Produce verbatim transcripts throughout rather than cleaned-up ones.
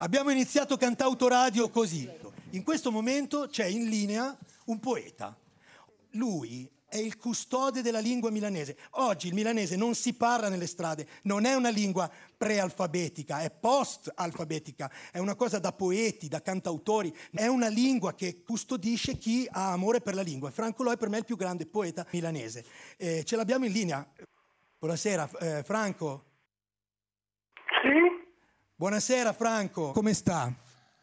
Abbiamo iniziato Cantautoradio così. In questo momento c'è in linea un poeta. Lui è il custode della lingua milanese. Oggi il milanese non si parla nelle strade, non è una lingua prealfabetica, è post-alfabetica, è una cosa da poeti, da cantautori, è una lingua che custodisce chi ha amore per la lingua. Franco Loi per me è il più grande poeta milanese. Eh, ce l'abbiamo in linea. Buonasera, eh, Franco. Sì? Buonasera Franco, come sta?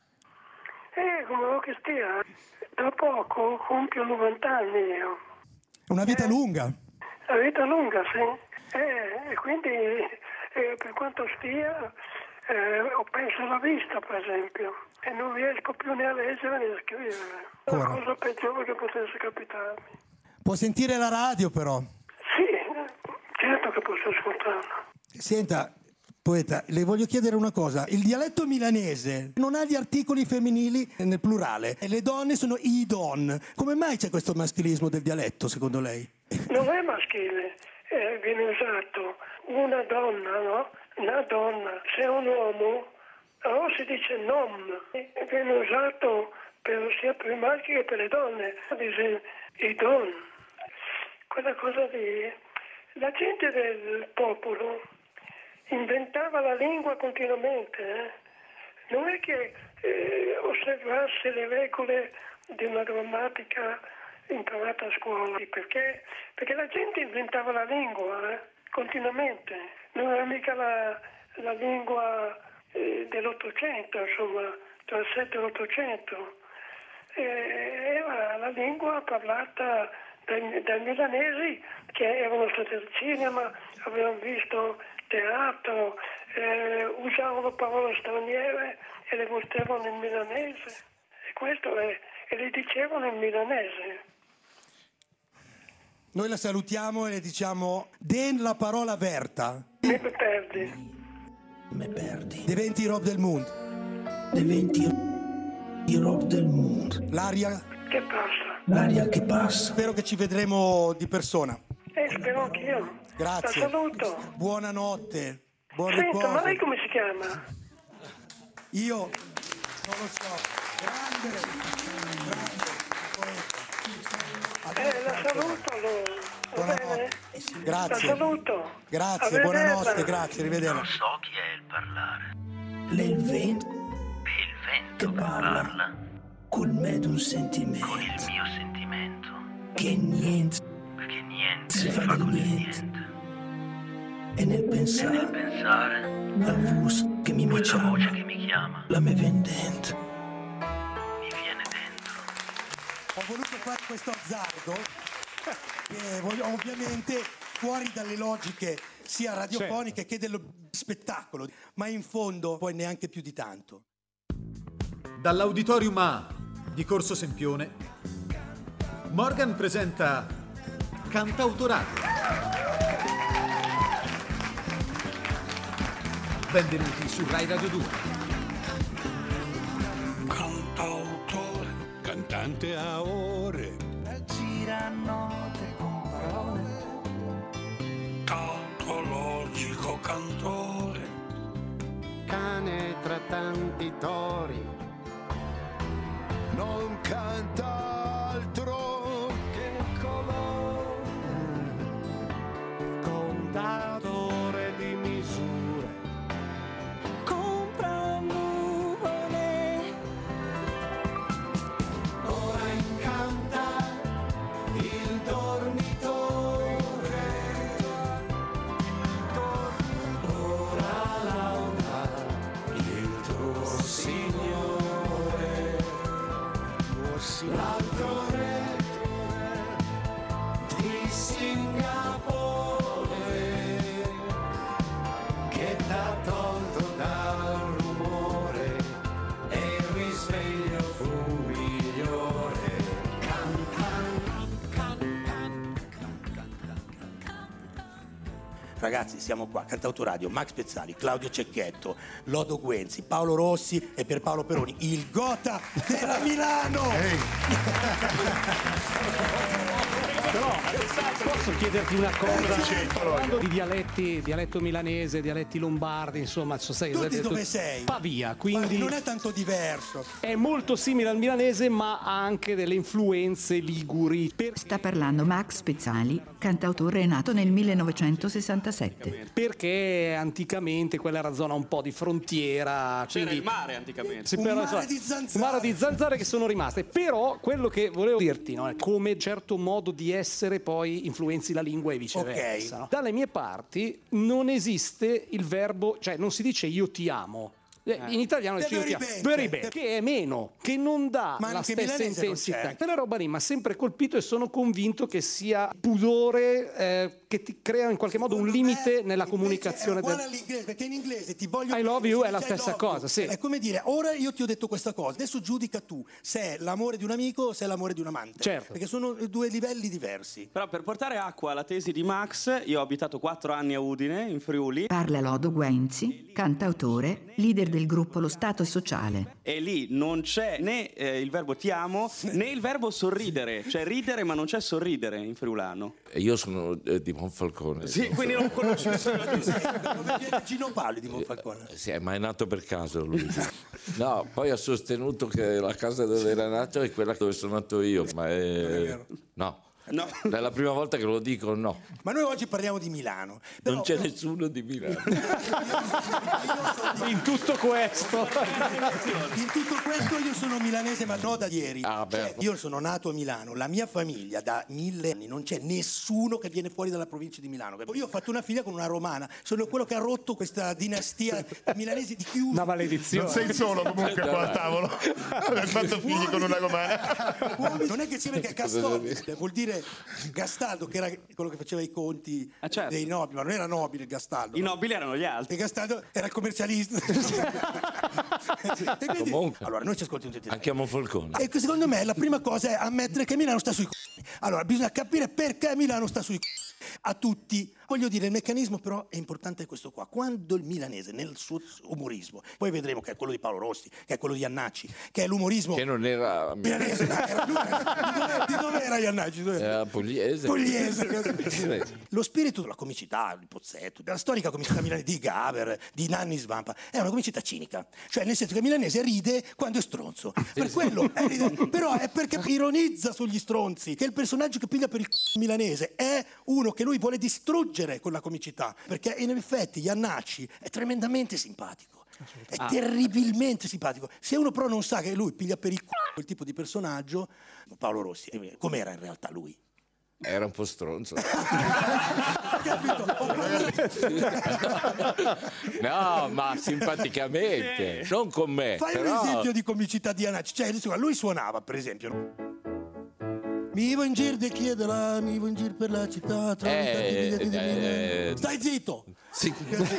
Eh, come vuoi che stia? Da poco compio novanta anni io. Una vita eh, lunga. La vita lunga, sì. Eh, e quindi eh, per quanto stia eh, ho perso la vista, per esempio, e non riesco più né a leggere né a scrivere. È la cosa peggiore che potesse capitarmi. Può sentire la radio però? Sì, certo che posso ascoltarla. Senta, poeta, le voglio chiedere una cosa. Il dialetto milanese non ha gli articoli femminili nel plurale e le donne sono i don. Come mai c'è questo maschilismo del dialetto, secondo lei? Non è maschile, eh, viene usato una donna, no? Una donna. Se è un uomo, allora si dice nom. E viene usato per, sia per i maschi che per le donne. Dice i don. Quella cosa di... La gente del popolo inventava la lingua continuamente, eh? Non è che eh, osservasse le regole di una grammatica imparata a scuola, perché, perché la gente inventava la lingua eh? continuamente. Non era mica la, la lingua eh, dell'Ottocento, insomma, tra il sette e l'Ottocento. Eh, era la lingua parlata dai, dai milanesi che erano stati al cinema, avevano visto teatro, eh, usavano parole straniere e le mettevano in milanese. E questo è, e le dicevano in milanese. Noi la salutiamo e le diciamo den la parola verta. Me perdi. Me perdi. Diventi Rob del Mondo. Diventi il Rob del Mondo. L'aria... Che passa? L'aria che passa. Spero che ci vedremo di persona. Eh, spero anch'io. Grazie. La saluto. Buonanotte. Buon Senta, riposo. ma lei come si chiama? Io non lo so. Grande, grande poeta. Eh, la saluto allora. Va bene? Grazie. La saluto. Grazie, buonanotte, grazie, arrivederla. Non so chi è il parlare. L'è il vento È il vento che che parla, parla col me d'un sentimento con il mio sentimento. che niente Perché niente si si fa fa di con il niente. niente. E nel E nel pensare pensare, la voce che mi quella chiama, voce che mi chiama, la me vendente. mi viene dentro. Ho voluto fare questo azzardo che voglio, ovviamente fuori dalle logiche sia radiofoniche che dello spettacolo, ma in fondo poi neanche più di tanto. Dall'Auditorium A di Corso Sempione, Morgan presenta Cantautoradio. Benvenuti su Rai Radio due. Cantautore, cantante a ore, Gira note con parole, tautologico cantore, cane tra tanti tori, non canta altro che colore, contatore di misure, compra nuvole, ora incanta il dormitore, ora lauda il tuo Signore, l'altro re di Singapore che t'ha tolto dal rumore e il risveglio fu migliore. Ragazzi, siamo qua, Cantautoradio, Max Pezzali, Claudio Cecchetto, Lodo Guenzi, Paolo Rossi e Pierpaolo Peroni, il Gotha della Milano! Però posso chiederti una cosa? Parlando di dialetti, dialetto milanese, dialetti lombardi, insomma, so, sai, Tu di tu- dove sei? Pavia, Guardi, quindi non è tanto diverso. è molto simile al milanese, ma ha anche delle influenze liguri. Per- Sta parlando Max Pezzali, cantautore nato nel millenovecentosessantasette. perché anticamente quella era zona un po' di frontiera. C'era quindi- il mare anticamente. Sì, Un però, mare insomma, di zanzare. un mare di zanzare che sono rimaste. Però quello che volevo dirti, no, è come certo modo di essere poi influenzi la lingua e viceversa. Ok. No? Dalle mie parti non esiste il verbo, cioè non si dice io ti amo. Eh, In italiano The dice io ti amo. very Very bad. bad, che è meno, che non dà Ma la anche stessa milanese non intensità. c'è. Quella roba lì mi ha sempre colpito e sono convinto che sia pudore eh, che ti crea in qualche modo un Secondo limite me, nella invece, comunicazione è uguale del... all'inglese, perché in inglese ti voglio I love bene, you si è la dice I stessa love you. cosa, sì. È come dire, ora io ti ho detto questa cosa, adesso giudica tu se è l'amore di un amico o se è l'amore di un amante. Certo. Perché sono due livelli diversi. Però per portare acqua alla tesi di Max, io ho abitato quattro anni a Udine, in Friuli, Parla Lodo Guenzi, cantautore, leader del gruppo Lo Stato Sociale. e lì non c'è né eh, il verbo ti amo né il verbo sorridere. C'è ridere ma non c'è sorridere in friulano. E io sono eh, di Monfalcone. Sì, quindi non conosci nessuno di Dove viene Gino Paoli di Monfalcone? Sì, ma è nato per caso lui. No, poi ha sostenuto che la casa dove era nato è quella dove sono nato io, ma è... No. No. È la prima volta che lo dico, no. Ma noi oggi parliamo di Milano. Però, Non c'è nessuno di Milano. In tutto questo. In tutto questo io sono milanese, ma no da ieri. Ah, beh. Cioè, io sono nato a Milano, la mia famiglia da mille anni non c'è nessuno che viene fuori dalla provincia di Milano. Io ho fatto una figlia con una romana, sono quello che ha rotto questa dinastia milanese di chiuso. Una maledizione. Non sei solo comunque qua a tavolo. Hai fatto figli con una romana. Uomini, non è che sia perché è Castaldo, vuol dire Gastaldo, che era quello che faceva i conti Ah, certo. dei nobili, ma non era nobile Gastaldo. I nobili erano gli altri. E Gastaldo era il commercialista. E quindi- Comunque. allora, noi ci ascoltiamo tutti. Anche a Monfalcone. E secondo me la prima cosa è ammettere che Milano sta sui c***i. Allora, bisogna capire perché Milano sta sui c***i. A tutti. Voglio dire, il meccanismo però è importante questo qua. Quando il milanese nel suo umorismo, poi vedremo che è quello di Paolo Rossi, che è quello di Iannacci, che è l'umorismo Che non era... milanese, ma era lui, di, dove, di dove era Iannacci? Dove- Era pugliese. Pugliese. Lo spirito della comicità, il Pozzetto, della storica comicità milanese di Gaber, di Nanni Svampa, è una comicità cinica. Cioè, nel senso che il milanese ride quando è stronzo. Per quello è ride- però è perché ironizza sugli stronzi, che il personaggio che piglia per il c***o milanese è uno che lui vuole distruggere con la comicità, perché in effetti Iannacci è tremendamente simpatico. È terribilmente simpatico. Se uno però non sa che lui piglia per il c***o quel tipo di personaggio, Paolo Rossi, com'era in realtà lui? Era un po' stronzo. No, ma simpaticamente. Non con me. Fai però... un esempio di comicità di Iannacci. Cioè, lui suonava, per esempio. Mi vo in giro di chiederla, mi vo in giro per la città, trovi Eh, tanti biglietti di eh, mille. eh, Stai zitto! Sì.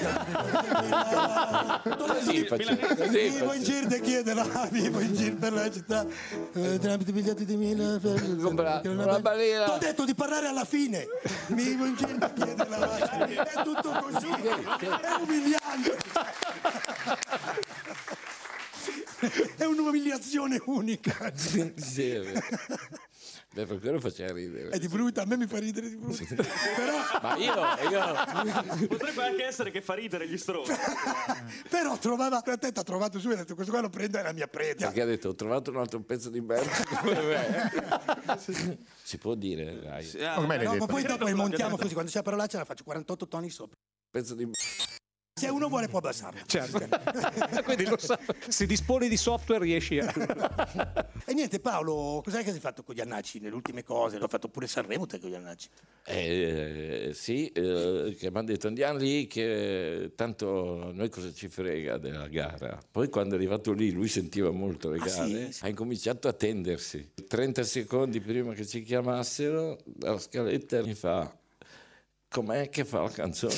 Sì, faccio- sì, mi vo faccio- in giro di chiederla, mi vo in giro per la città, eh, tanti biglietti di mille. Compra una balena. Ti ho detto di parlare alla fine. Mi vo in giro di chiederla, è tutto così, è umiliante. È un'umiliazione unica. Sì, è vero. Beh, per quello faceva ridere. È di brutta, a me mi fa ridere di brutta. Però, Ma io, io... Potrebbe anche essere che fa ridere gli stronzi. però trovava, attento, ha trovato su e ha detto questo qua lo prendo, è la mia preda. Perché ha detto, ho trovato un altro pezzo di merda come me. Si può dire, dai. Sì, ah, Come l'hai No, detto? ma poi Credo dopo che l'abbia montiamo detto. così, quando c'è la parolaccia la faccio quarantotto toni sopra. Pezzo di Se uno vuole può abbassarla. Certo. Quindi lo sa, se disponi di software riesci a... E niente, Paolo, cos'è che hai fatto con gli Iannacci nelle ultime cose? L'ho fatto pure Sanremo te con gli Iannacci. Eh, sì, eh, che mi hanno detto andiamo lì che tanto a noi cosa ci frega della gara. Poi quando è arrivato lì lui sentiva molto le Ah, gare, sì? Sì. ha incominciato a tendersi. trenta secondi prima che ci chiamassero dalla scaletta mi fa com'è che fa la canzone?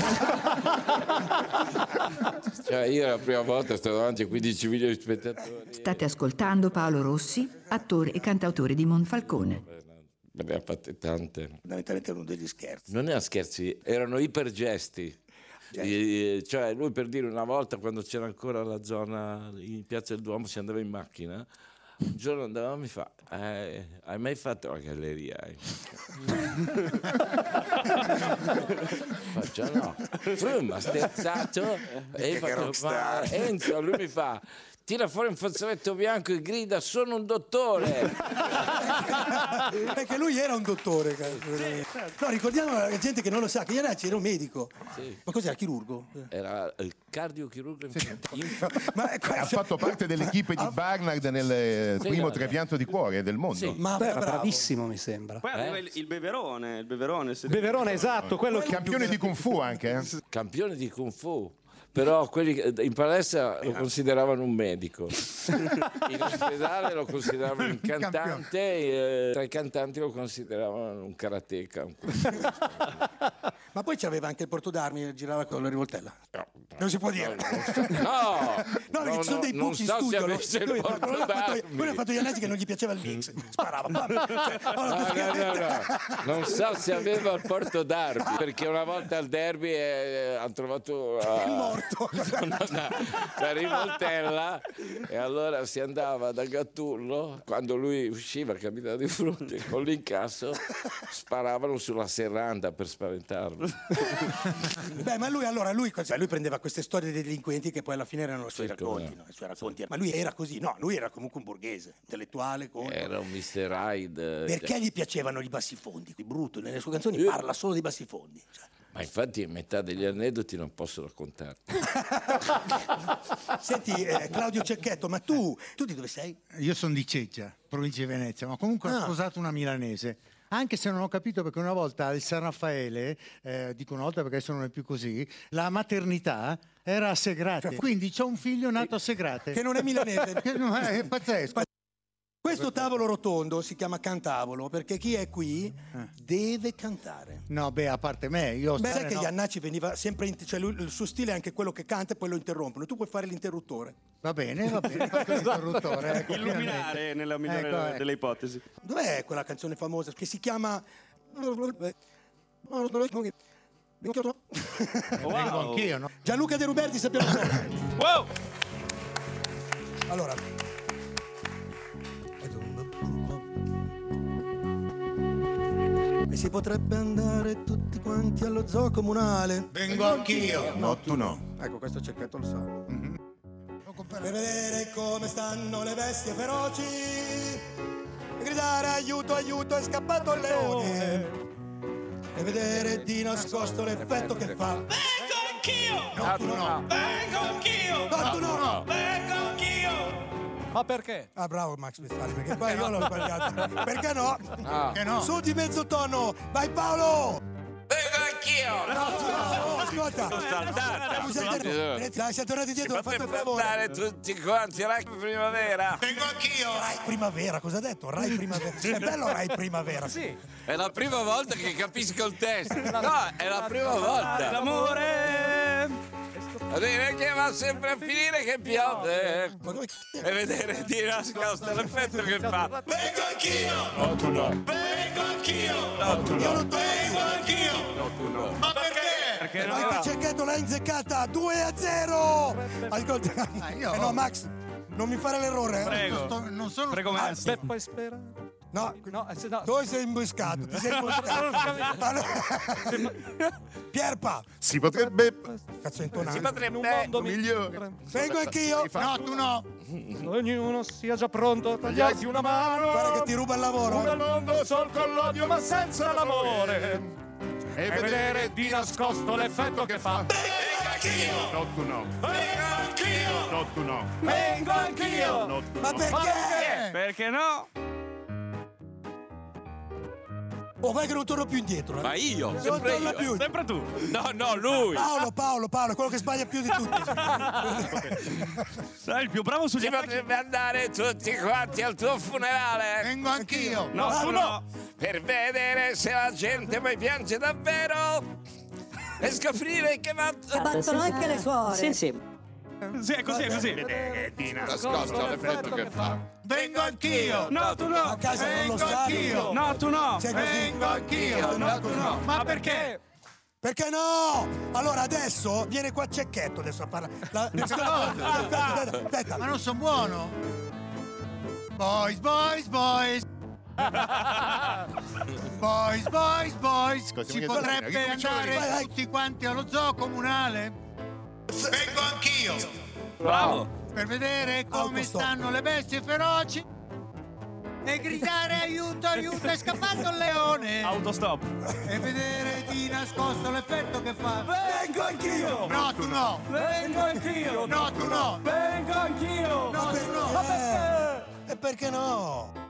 Cioè io la prima volta sto davanti a quindici milioni di spettatori. State ascoltando Paolo Rossi, attore e cantautore di Monfalcone. Me ne ha fatte tante. Fondamentalmente è uno degli scherzi. Non era scherzi, erano ipergesti. Eh, cioè lui per dire una volta quando c'era ancora la zona in Piazza del Duomo si andava in macchina Un giorno andavamo e mi fa, eh, hai mai fatto la galleria? Faccio no. Frum ha sterzato e io faccio, ma Enzo, lui mi fa, tira fuori un fazzoletto bianco e grida, sono un dottore. Perché lui era un dottore. No, ricordiamo alla gente che non lo sa, che Iannacci era un medico. Sì. Ma cos'era, chirurgo? Era il cardiochirurgo infantile. Ma ha fatto parte dell'equipe di Barnard nel Sì, primo no, trapianto di cuore del mondo. Sì. Ma Beh, era bravo. bravissimo, mi sembra. Poi aveva il, il beverone, il beverone. se- Beverone, esatto, quello che... Campione di Kung Fu anche. Eh? Campione di Kung Fu. Però quelli che- in palestra lo consideravano un medico, in ospedale lo consideravano un cantante, e, tra i cantanti lo consideravano un karateka. un- Ma poi c'aveva anche il porto d'armi, girava con la rivoltella. Non si può dire. No, No, perché no, ci sono no, dei non buchi in so se studio. no? avesse il Lui fa- quello l'ha fatto- portodarmi. quello ha fatto Iannacci che non gli piaceva il mix. Sparava. pam, cioè, No, allora, no, no, praticamente- no. Non so se aveva il porto d'armi, perché una volta al derby eh, hanno trovato uh, Il morto. la rivoltella e allora si andava da Gattullo, quando lui usciva, capitava di fronte con l'incasso, sparavano sulla serranda per spaventarlo. Beh, ma lui allora, lui, cioè, lui prendeva queste storie dei delinquenti che poi alla fine erano i suoi Sì, racconti. come no. no? I suoi racconti. Ma lui era così, no, lui era comunque un borghese, intellettuale. Con... Era un mister Hyde. Perché gli piacevano i bassifondi? Brutto, nelle sue canzoni Eh. parla solo dei bassifondi. Cioè. Ma infatti metà degli aneddoti non posso raccontarti. Senti, eh, Claudio Cecchetto, ma tu, tu di dove sei? Io sono di Ceggia, provincia di Venezia, ma comunque Ah. ho sposato una milanese. Anche se non ho capito, perché una volta al San Raffaele, eh, dico una volta perché adesso non è più così, la maternità era a Segrate. Quindi c'ho un figlio nato a Segrate. Che non è milanese. Che non è, è pazzesco. Questo tavolo rotondo si chiama Cantavolo perché chi è qui deve cantare. No, beh, a parte me, io Beh, stare sai che no. Iannacci veniva sempre, in- cioè lui- il suo stile è anche quello che canta e poi lo interrompono. Tu puoi fare l'interruttore. Va bene, va bene, faccio l'interruttore. Ecco, Illuminare finalmente. nella migliore Ecco, ecco. delle ipotesi. Dov'è quella canzone famosa che si chiama... Vengo anch'io, no? Gianluca De Ruberti, sappiamo cosa. Wow! Allora. E si potrebbe andare tutti quanti allo zoo comunale. Vengo anch'io. No, tu no. Ecco, questo Cecchetto lo sa. Per vedere come stanno le bestie feroci e gridare aiuto, aiuto, è scappato il leone. E vedere di nascosto l'effetto che fa. Vengo anch'io! No, tu no. Vengo anch'io! No, tu no. Vengo anch'io! Ma perché? Ah, bravo Max Pezzali, perché poi io l'ho sbagliato. Perché no? Che no? Su di mezzo tono. Vai Paolo! Vengo anch'io! No, tu no, ascolta. Mi siete- Dai, siete tornati dietro, fate un favore. Andare tutti quanti alla primavera. Vengo anch'io. Rai Primavera, cosa ha detto? Rai Primavera. È bello Rai Primavera. Sì. È la prima volta che capisco il testo. No, è la prima volta. L'amore! A dire che va sempre a finire che piove. Ma come- E vedere di nascosto l'effetto che fa. Vengo anch'io! No, tu no. Vengo anch'io! No, tu Io no. non Vengo anch'io! No, tu no. Ma perché? Perché Vai che Cecchetto l'ha inzeccata due a zero. Ascolta. io- Eh no, Max, non mi fare l'errore. eh. Prego. Sto- non sono Prego, Ah, maestro. Beh, poi spera. No, No, eh, se no. tu sei imboscato, ti sei imboscato. Allora- Pierpa, Si potrebbe... cazzo Si intonante. In potrebbe. un mondo migliore. Vengo anch'io. No, tu no. ognuno sia già pronto a tagliarsi una mano. Guarda che ti ruba il lavoro. Un mondo sol con l'odio ma senza l'amore. E vedere di nascosto l'effetto che fa. Vengo anch'io! No, tu no. Vengo anch'io! No, tu no. Vengo anch'io. No, tu Ma no. perché? Perché no? O vai che non torno più indietro. eh. Ma io, Non sempre torna io. più. Sempre tu. No, no, lui. Paolo, Paolo, Paolo, quello che sbaglia più di tutti. Sai, il più bravo sugli Si attacchi. potrebbe andare tutti quanti al tuo funerale. Vengo anch'io. No, tu no. Per vedere se la gente poi piange davvero. E scoprire che va. Battono anche le suore. Sì, sì. Sì, è così, è così. Nascosto l'effetto che fa. Vengo anch'io. No, tu no. A casa non lo Vengo anch'io. stadio. No, tu no. Sei così. Vengo anch'io. No, tu no. Ma perché? Perché no? Allora adesso viene qua Cecchetto adesso a fare la... Aspetta, aspetta, aspetta. Ma non sono buono. Boys, boys, boys. Boys, boys, boys. Così Si mi potrebbe chiede- che andare cominciamo a tutti quanti allo zoo comunale Vengo anch'io. Bravo. per vedere come Autostop. stanno le bestie feroci e gridare aiuto, aiuto, è scappato il leone. Autostop. E vedere di nascosto l'effetto che fa. Vengo anch'io. No, tu no. Vengo anch'io. No, tu no. Vengo anch'io. No, tu no. Ma perché? E perché no?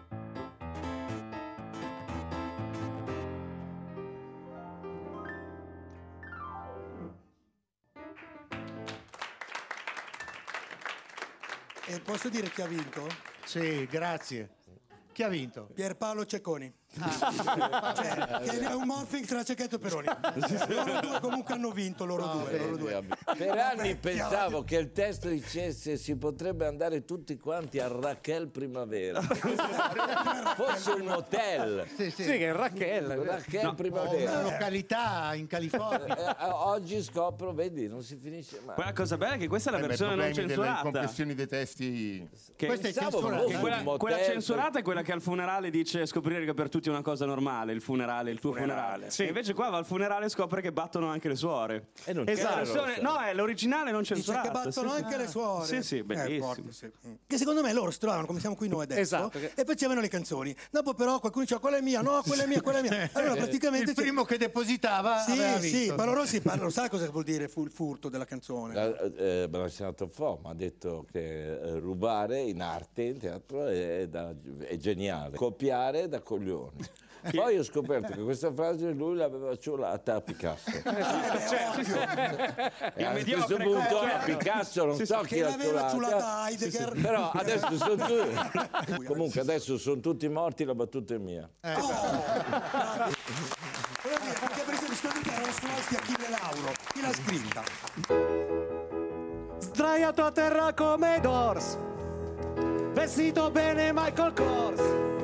E posso dire chi ha vinto? Sì, grazie. Chi ha vinto? Pierpaolo Cecconi. Ah. Cioè, che è un morphing tra Cecchetto e Peroni. Loro due comunque hanno vinto, loro No, due. Loro due. Per anni pensavo che il testo dicesse si potrebbe andare tutti quanti a Raquel Primavera. Fosse un hotel. Sì, sì. Sì, che è Raquel. Raquel Una Primavera. località in California. Eh, oggi scopro, vedi, non si finisce mai. Poi la cosa bella è che questa è la Eh, beh, versione non problemi delle censurata. compressioni dei testi. Che, Questa è Pensavo censurata. fosse che un quella, motel quella per- censurata è quella che al funerale dice scoprire che per tutti è una cosa normale, il funerale, il tuo funerale. Sì. E invece qua va al funerale e scopre che battono anche le suore. E non Che c'era, la versione- lo so. no, è l'originale non Dice censurata. che battono sì, sì. anche le suore. Sì, sì, Eh, bellissimo. forte, sì. Che secondo me loro si trovavano come siamo qui noi adesso Esatto, che- e facevano le canzoni. Dopo però qualcuno diceva quella è mia, no, quella è mia, quella è mia. Allora praticamente Il primo che depositava Sì, aveva sì, vinto. ma loro si parlano, sai cosa vuol dire fu- il furto della canzone? Eh, me l'ha insegnato Fo, mi ha detto che eh, rubare in arte, in teatro, è, da- è geniale. Copiare è da coglioni. Poi ho scoperto che questa frase lui l'aveva ciulata a Picasso. Eh, E a questo mediocre punto come- a Picasso non so Che chi l'ha l'aveva ciulata ciulata. Heidegger. Però adesso sono tutti. Comunque adesso sono tutti morti, la battuta è mia. Oh, bravi. Volevo dire, perché per esempio secondo te erano suonati Achille Lauro, chi l'ha scritta? Sdraiato a terra come Doors, vestito bene Michael Kors,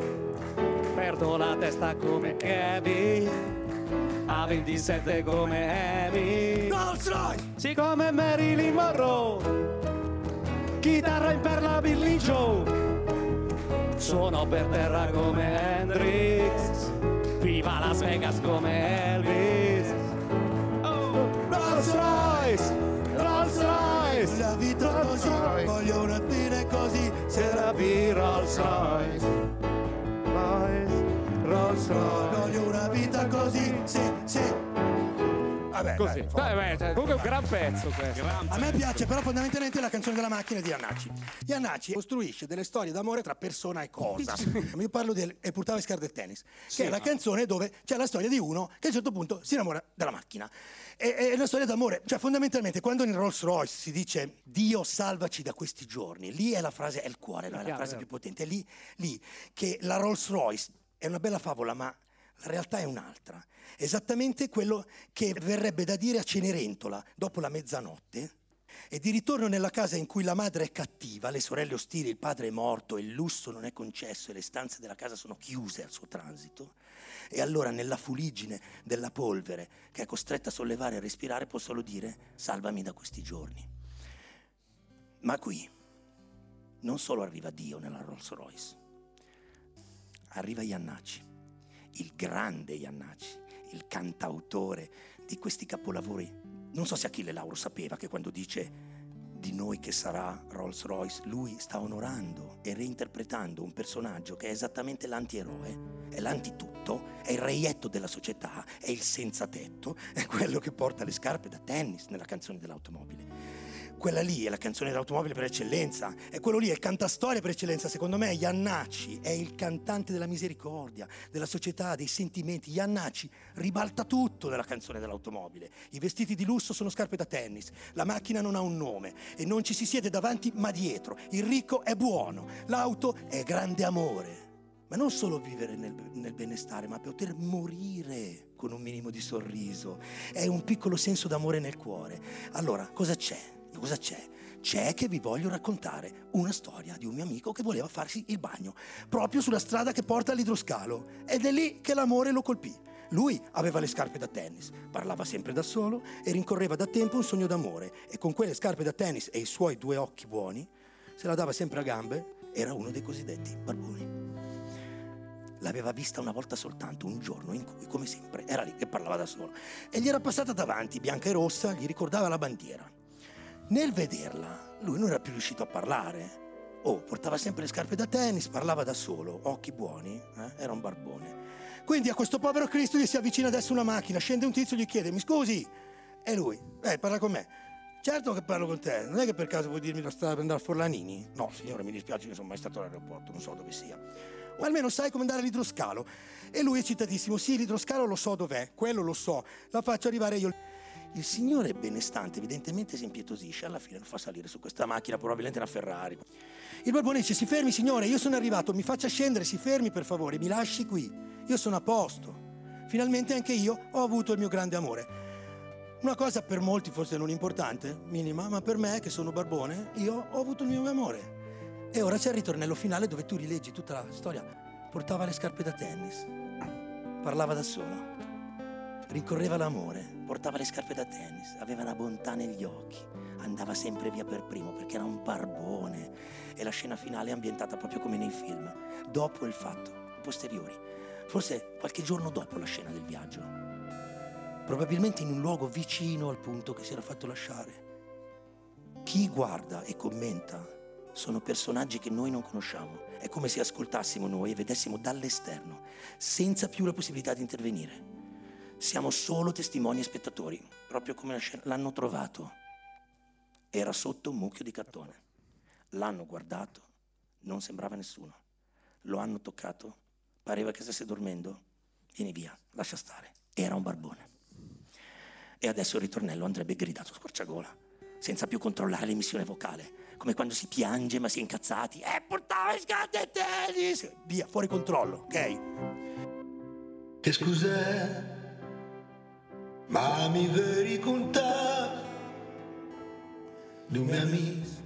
perdo la testa come Kevin, a ventisette come Amy, Rolls Royce! sì come Marilyn Monroe, chitarra in perla Billy Joe, suono per terra come Hendrix, viva Las Vegas come Elvis, Rolls Royce, Rolls Royce, La vita così, voglio una fine così, se la Seravi Rolls Royce, Royce, Rolls Royce. voglio una vita così, sì, sì. Vabbè, Così. dai, Dai, beh, cioè, comunque è un gran pezzo questo. a me piace però fondamentalmente la canzone della macchina di Iannacci. Iannacci costruisce delle storie d'amore tra persona e cosa. Io parlo del E Purtava Scar del Tennis, che è la canzone dove c'è la storia di uno che a un certo punto si innamora della macchina. E- È una storia d'amore, cioè fondamentalmente quando in Rolls Royce si dice Dio salvaci da questi giorni, lì è la frase, è il cuore, no? È la Chiaro, frase vero. più potente, è lì, lì che la Rolls Royce è una bella favola, ma la realtà è un'altra. Esattamente quello che verrebbe da dire a Cenerentola dopo la mezzanotte. E di ritorno nella casa in cui la madre è cattiva, le sorelle ostili, il padre è morto, il lusso non è concesso e le stanze della casa sono chiuse al suo transito. E allora nella fuliggine della polvere che è costretta a sollevare e a respirare può solo dire salvami da questi giorni. Ma qui non solo arriva Dio nella Rolls Royce, arriva Iannacci, il grande Iannacci, il cantautore di questi capolavori. Non so se Achille Lauro sapeva che quando dice di noi che sarà Rolls Royce, lui sta onorando e reinterpretando un personaggio che è esattamente l'antieroe, è l'antitutto, è il reietto della società, è il senza tetto, è quello che porta le scarpe da tennis nella canzone dell'automobile. Quella lì è la canzone dell'automobile per eccellenza, e quello lì è il cantastorie per eccellenza. Secondo me Iannacci è il cantante della misericordia, della società, dei sentimenti. Iannacci ribalta tutto nella canzone dell'automobile. I vestiti di lusso sono scarpe da tennis, la macchina non ha un nome e non ci si siede davanti ma dietro. Il ricco è buono, l'auto è grande amore. Ma non solo vivere nel, nel benestare, ma poter morire con un minimo di sorriso. È un piccolo senso d'amore nel cuore. Allora, cosa c'è? Cosa c'è? C'è che vi voglio raccontare una storia di un mio amico che voleva farsi il bagno proprio sulla strada che porta all'idroscalo, ed è lì che l'amore lo colpì. Lui aveva le scarpe da tennis, parlava sempre da solo e rincorreva da tempo un sogno d'amore, e con quelle scarpe da tennis e i suoi due occhi buoni se la dava sempre a gambe, era uno dei cosiddetti barboni. L'aveva vista una volta soltanto, un giorno in cui, come sempre, era lì che parlava da solo. E gli era passata davanti, bianca e rossa, gli ricordava la bandiera. Nel vederla, lui non era più riuscito a parlare. Oh, portava sempre le scarpe da tennis, parlava da solo, occhi buoni, eh? Era un barbone. Quindi a questo povero Cristo gli si avvicina adesso una macchina, scende un tizio e gli chiede, mi scusi? E lui, eh, parla con me. Certo che parlo con te, non è che per caso vuoi dirmi la strada per andare a Forlanini? No, signore, mi dispiace, non sono mai stato all'aeroporto, non so dove sia. O almeno sai come andare all'idroscalo. E lui è citatissimo, sì, l'idroscalo lo so dov'è, quello lo so, la faccio arrivare io. Il signore benestante evidentemente si impietosisce, alla fine lo fa salire su questa macchina, probabilmente una Ferrari. Il barbone dice, si fermi signore, io sono arrivato, mi faccia scendere, si fermi per favore, mi lasci qui, io sono a posto. Finalmente anche io ho avuto il mio grande amore. Una cosa per molti forse non importante, minima, ma per me che sono barbone, io ho avuto il mio amore. E ora c'è il ritornello finale dove tu rileggi tutta la storia. Portava le scarpe da tennis, parlava da solo, rincorreva l'amore, portava le scarpe da tennis, aveva la bontà negli occhi, andava sempre via per primo perché era un barbone. E la scena finale è ambientata proprio come nei film, dopo il fatto, posteriori, forse qualche giorno dopo la scena del viaggio, probabilmente in un luogo vicino al punto che si era fatto lasciare. Chi guarda e commenta sono personaggi che noi non conosciamo, è come se ascoltassimo noi e vedessimo dall'esterno, senza più la possibilità di intervenire. Siamo solo testimoni e spettatori, proprio come la scena. L'hanno trovato, era sotto un mucchio di cartone. L'hanno guardato, non sembrava nessuno. Lo hanno toccato, pareva che stesse dormendo. Vieni via, lascia stare. Era un barbone. E adesso il ritornello andrebbe gridato a squarciagola, senza più controllare l'emissione vocale, come quando si piange ma si è incazzati. Eh, portava le scarpe e tennis! Via, fuori controllo, ok? Che scusa, ma mi vuoi raccontare di un mio amico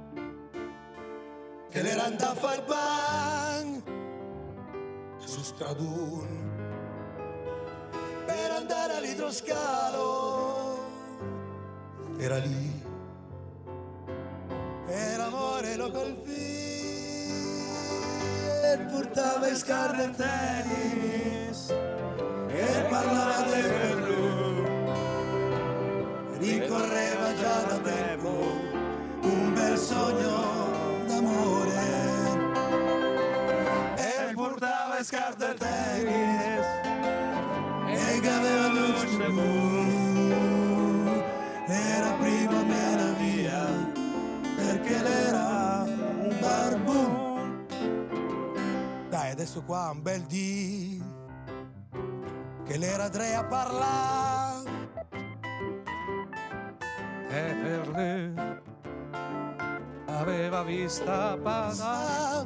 che l'era andato a fare ban su stradun per andare all'idroscalo. Era lì e l'amore lo colpì e portava in scarpe e tennis e parlava del Perù, ricorreva già da tempo un bel sogno d'amore e portava in scarpe e tennis e che aveva luce blu, era prima meraviglia perché l'era un barbù. Dai, adesso qua un bel dì che l'era tre a parlare e per lei aveva vista Pada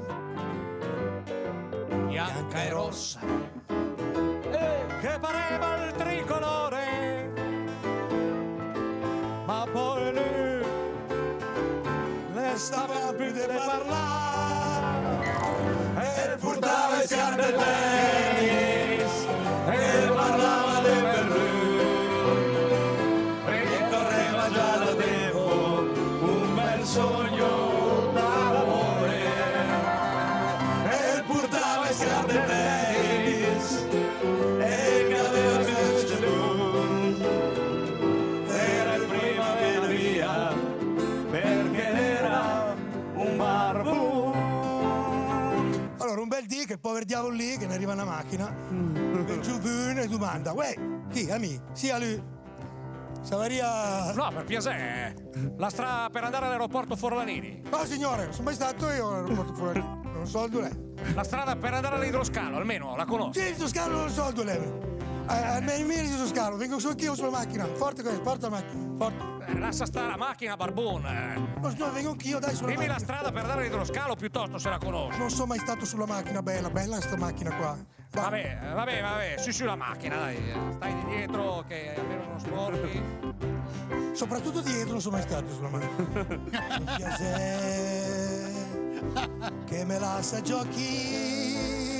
bianca e rossa e che pareva il tricolore, ma poi lui le stava più di parlare e portava le scarpe e tennis e parlava di per lui, ricorreva già da tempo un bel sogno d'amore e portava le scarpe e tennis e che aveva luce blu, era il prima via perché era un barbù. Allora, un bel dì che il povero diavolo lì che ne arriva una macchina e giù e domanda, uè, chi, ami? Sì, a lui. Savaria... No, per Piasè, la strada per andare all'aeroporto Forlanini. No, signore, non sono mai stato io all'aeroporto Forlanini, non so dove è. La strada per andare all'idroscalo, almeno, la conosco. Sì, l'idroscalo non so dove è. Almeno il idroscalo, vengo su anch'io sulla macchina. Forte questo, porta la macchina, forte. Eh, lascia stare la macchina, barbone. No, no, vengo anch'io, dai, sulla Dimmi macchina. la strada per andare all'idroscalo piuttosto se la conosco. Non sono mai stato sulla macchina, bella, bella sta macchina qua. Dai. Vabbè, vabbè, vabbè, su sulla macchina, dai. Stai di dietro che almeno non sporchi. Soprattutto dietro non sono mai stato sulla macchina. Un piacere che me la sa giochi.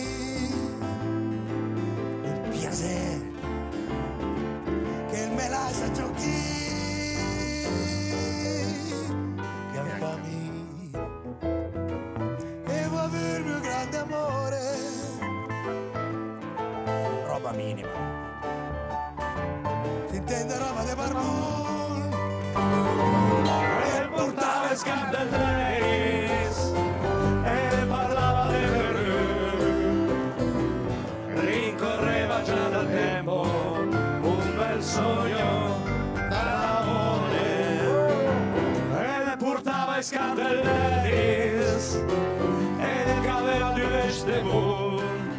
Un piacere che me la sa giochi. Che a famiglia de roba de barbón. E portava scarpe al tennis e parlava di Perù. Rincorreva già da tempo un bel sogno d'amore e portava scarpe al tennis e il cabello di vestibolo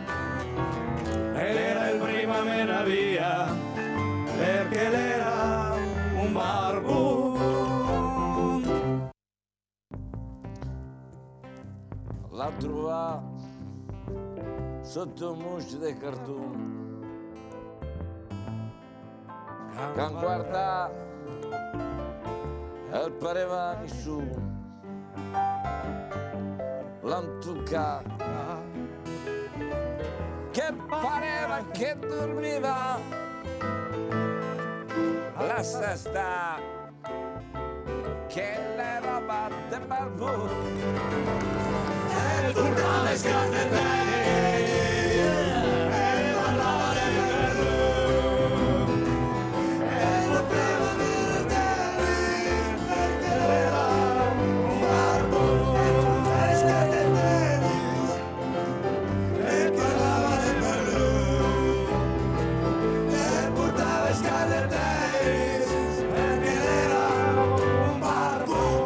ed era il primo a mena via perché era un barbone. La trovà sotto un muscio di cartone. Che guarda e pareva nessuno. L'antucca che pareva che dormiva. La sesta che le roba de barbone e portava le scarpe al tennis e parlava di Perù e poteva dire tennis perché era un barbone e le scarpe al tennis e parlava di Perù e portava le scarpe al tennis perché era un barbone.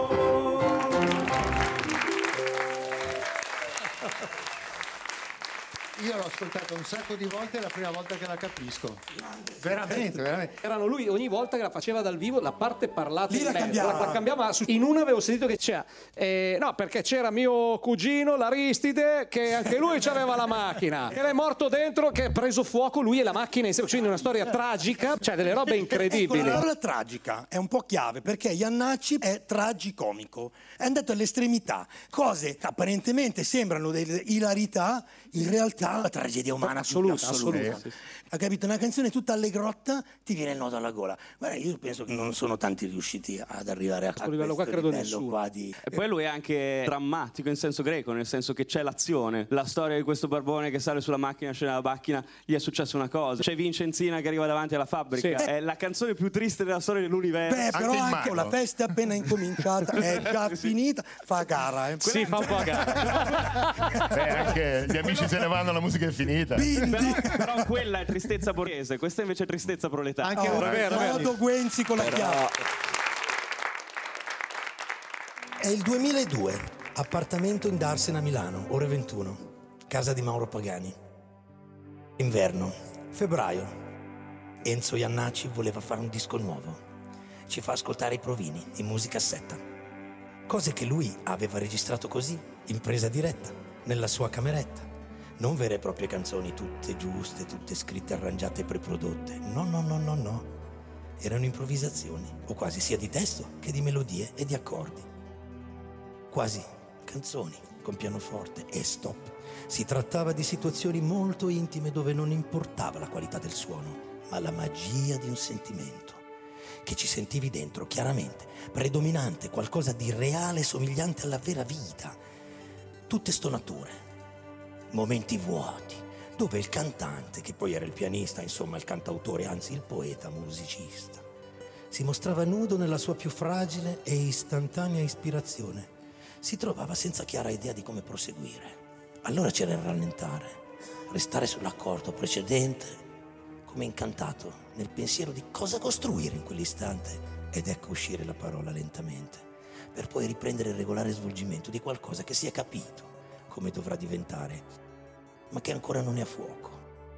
Io l'ho ascoltato un sacco di volte, è la prima volta che la capisco. Veramente, veramente. Erano lui ogni volta che la faceva dal vivo la parte parlata Lì in la mezzo, cambiava. la cambiava su- in una avevo sentito che c'era eh, no perché c'era mio cugino l'Aristide che anche lui c'aveva la macchina che è morto dentro che ha preso fuoco lui e la macchina insieme, quindi una storia tragica, cioè delle robe Ecco, incredibili. la parola tragica è un po' chiave perché Iannacci è tragicomico, è andato all'estremità. Cose che apparentemente sembrano delle ilarità, in realtà la tragedia umana Assoluta, assoluta. assoluta. Ha capito? Una canzone tutta allegrotta, ti viene il nodo alla gola. Guarda, io penso che non sono tanti riusciti ad arrivare a, a questo livello qua credo livello nessuno. qua di... E poi lui è anche drammatico in senso greco, nel senso che c'è l'azione. La storia di questo barbone che sale sulla macchina, scende dalla macchina, gli è successa una cosa. C'è Vincenzina che arriva davanti alla fabbrica. Sì. È la canzone più triste della storia dell'universo. Beh, però il anche mago. la festa è appena incominciata, è già finita, fa gara. Eh. Sì, fa un po' a gara. Beh, anche gli amici se ne vanno, la musica è finita. Bindi. Però, però quella è tristezza borghese, questa invece è tristezza proletaria. Anche Oh, ora, vero, vero. Nodo Guenzi con la chiave. È il duemiladue, appartamento in Darsena a Milano, ore ventuno, casa di Mauro Pagani. Inverno, febbraio. Enzo Iannacci voleva fare un disco nuovo. Ci fa ascoltare i provini in musicassetta. Cose che lui aveva registrato così, in presa diretta, nella sua cameretta. Non vere e proprie canzoni, tutte giuste, tutte scritte, arrangiate e preprodotte. No, no, no, no, no. Erano improvvisazioni, o quasi sia di testo che di melodie e di accordi. Quasi canzoni con pianoforte e stop. Si trattava di situazioni molto intime dove non importava la qualità del suono, ma la magia di un sentimento che ci sentivi dentro, chiaramente, predominante, qualcosa di reale, somigliante alla vera vita. Tutte stonature. Momenti vuoti, dove il cantante, che poi era il pianista, insomma il cantautore, anzi il poeta musicista, si mostrava nudo nella sua più fragile e istantanea ispirazione. Si trovava senza chiara idea di come proseguire. Allora c'era il rallentare, restare sull'accordo precedente, come incantato nel pensiero di cosa costruire in quell'istante, ed ecco uscire la parola lentamente, per poi riprendere il regolare svolgimento di qualcosa che si è capito come dovrà diventare, ma che ancora non è a fuoco.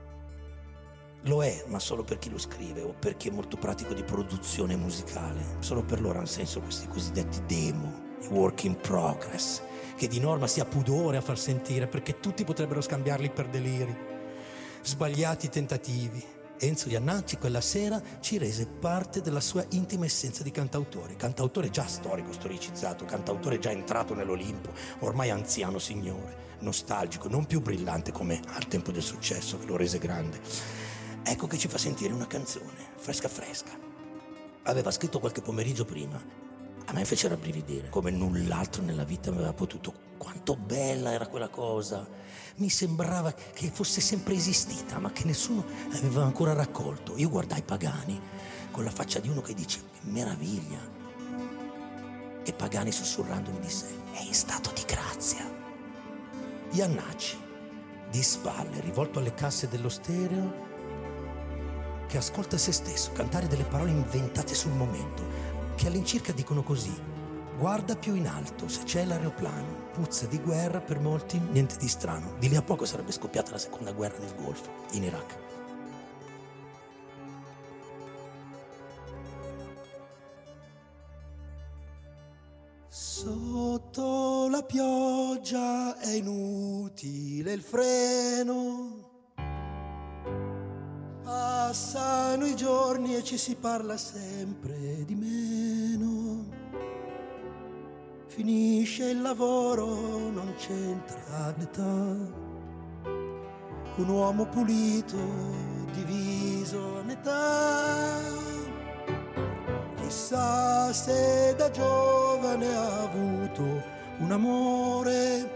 Lo è, ma solo per chi lo scrive o per chi è molto pratico di produzione musicale. Solo per loro hanno senso questi cosiddetti demo, i work in progress, che di norma si ha pudore a far sentire perché tutti potrebbero scambiarli per deliri. Sbagliati tentativi. Enzo Iannacci quella sera ci rese parte della sua intima essenza di cantautore, cantautore già storico, storicizzato, cantautore già entrato nell'Olimpo, ormai anziano signore, nostalgico, non più brillante come al tempo del successo che lo rese grande. Ecco che ci fa sentire una canzone, fresca fresca. Aveva scritto qualche pomeriggio prima, a me fece rabbrividire, come null'altro nella vita mi aveva potuto. Quanto bella era quella cosa, mi sembrava che fosse sempre esistita, ma che nessuno aveva ancora raccolto. Io guardai Pagani con la faccia di uno che dice: che meraviglia. E Pagani sussurrando mi disse: è in stato di grazia. Iannacci, di spalle, rivolto alle casse dello stereo, che ascolta se stesso cantare delle parole inventate sul momento, che all'incirca dicono così: guarda più in alto, se c'è l'aeroplano, puzza di guerra, per molti niente di strano. Di lì a poco sarebbe scoppiata la seconda guerra del Golfo, in Iraq. Sotto la pioggia è inutile il freno, passano i giorni e ci si parla sempre di meno. Finisce il lavoro, non c'entra l'età. Un uomo pulito, diviso a metà. Chissà se da giovane ha avuto un amore.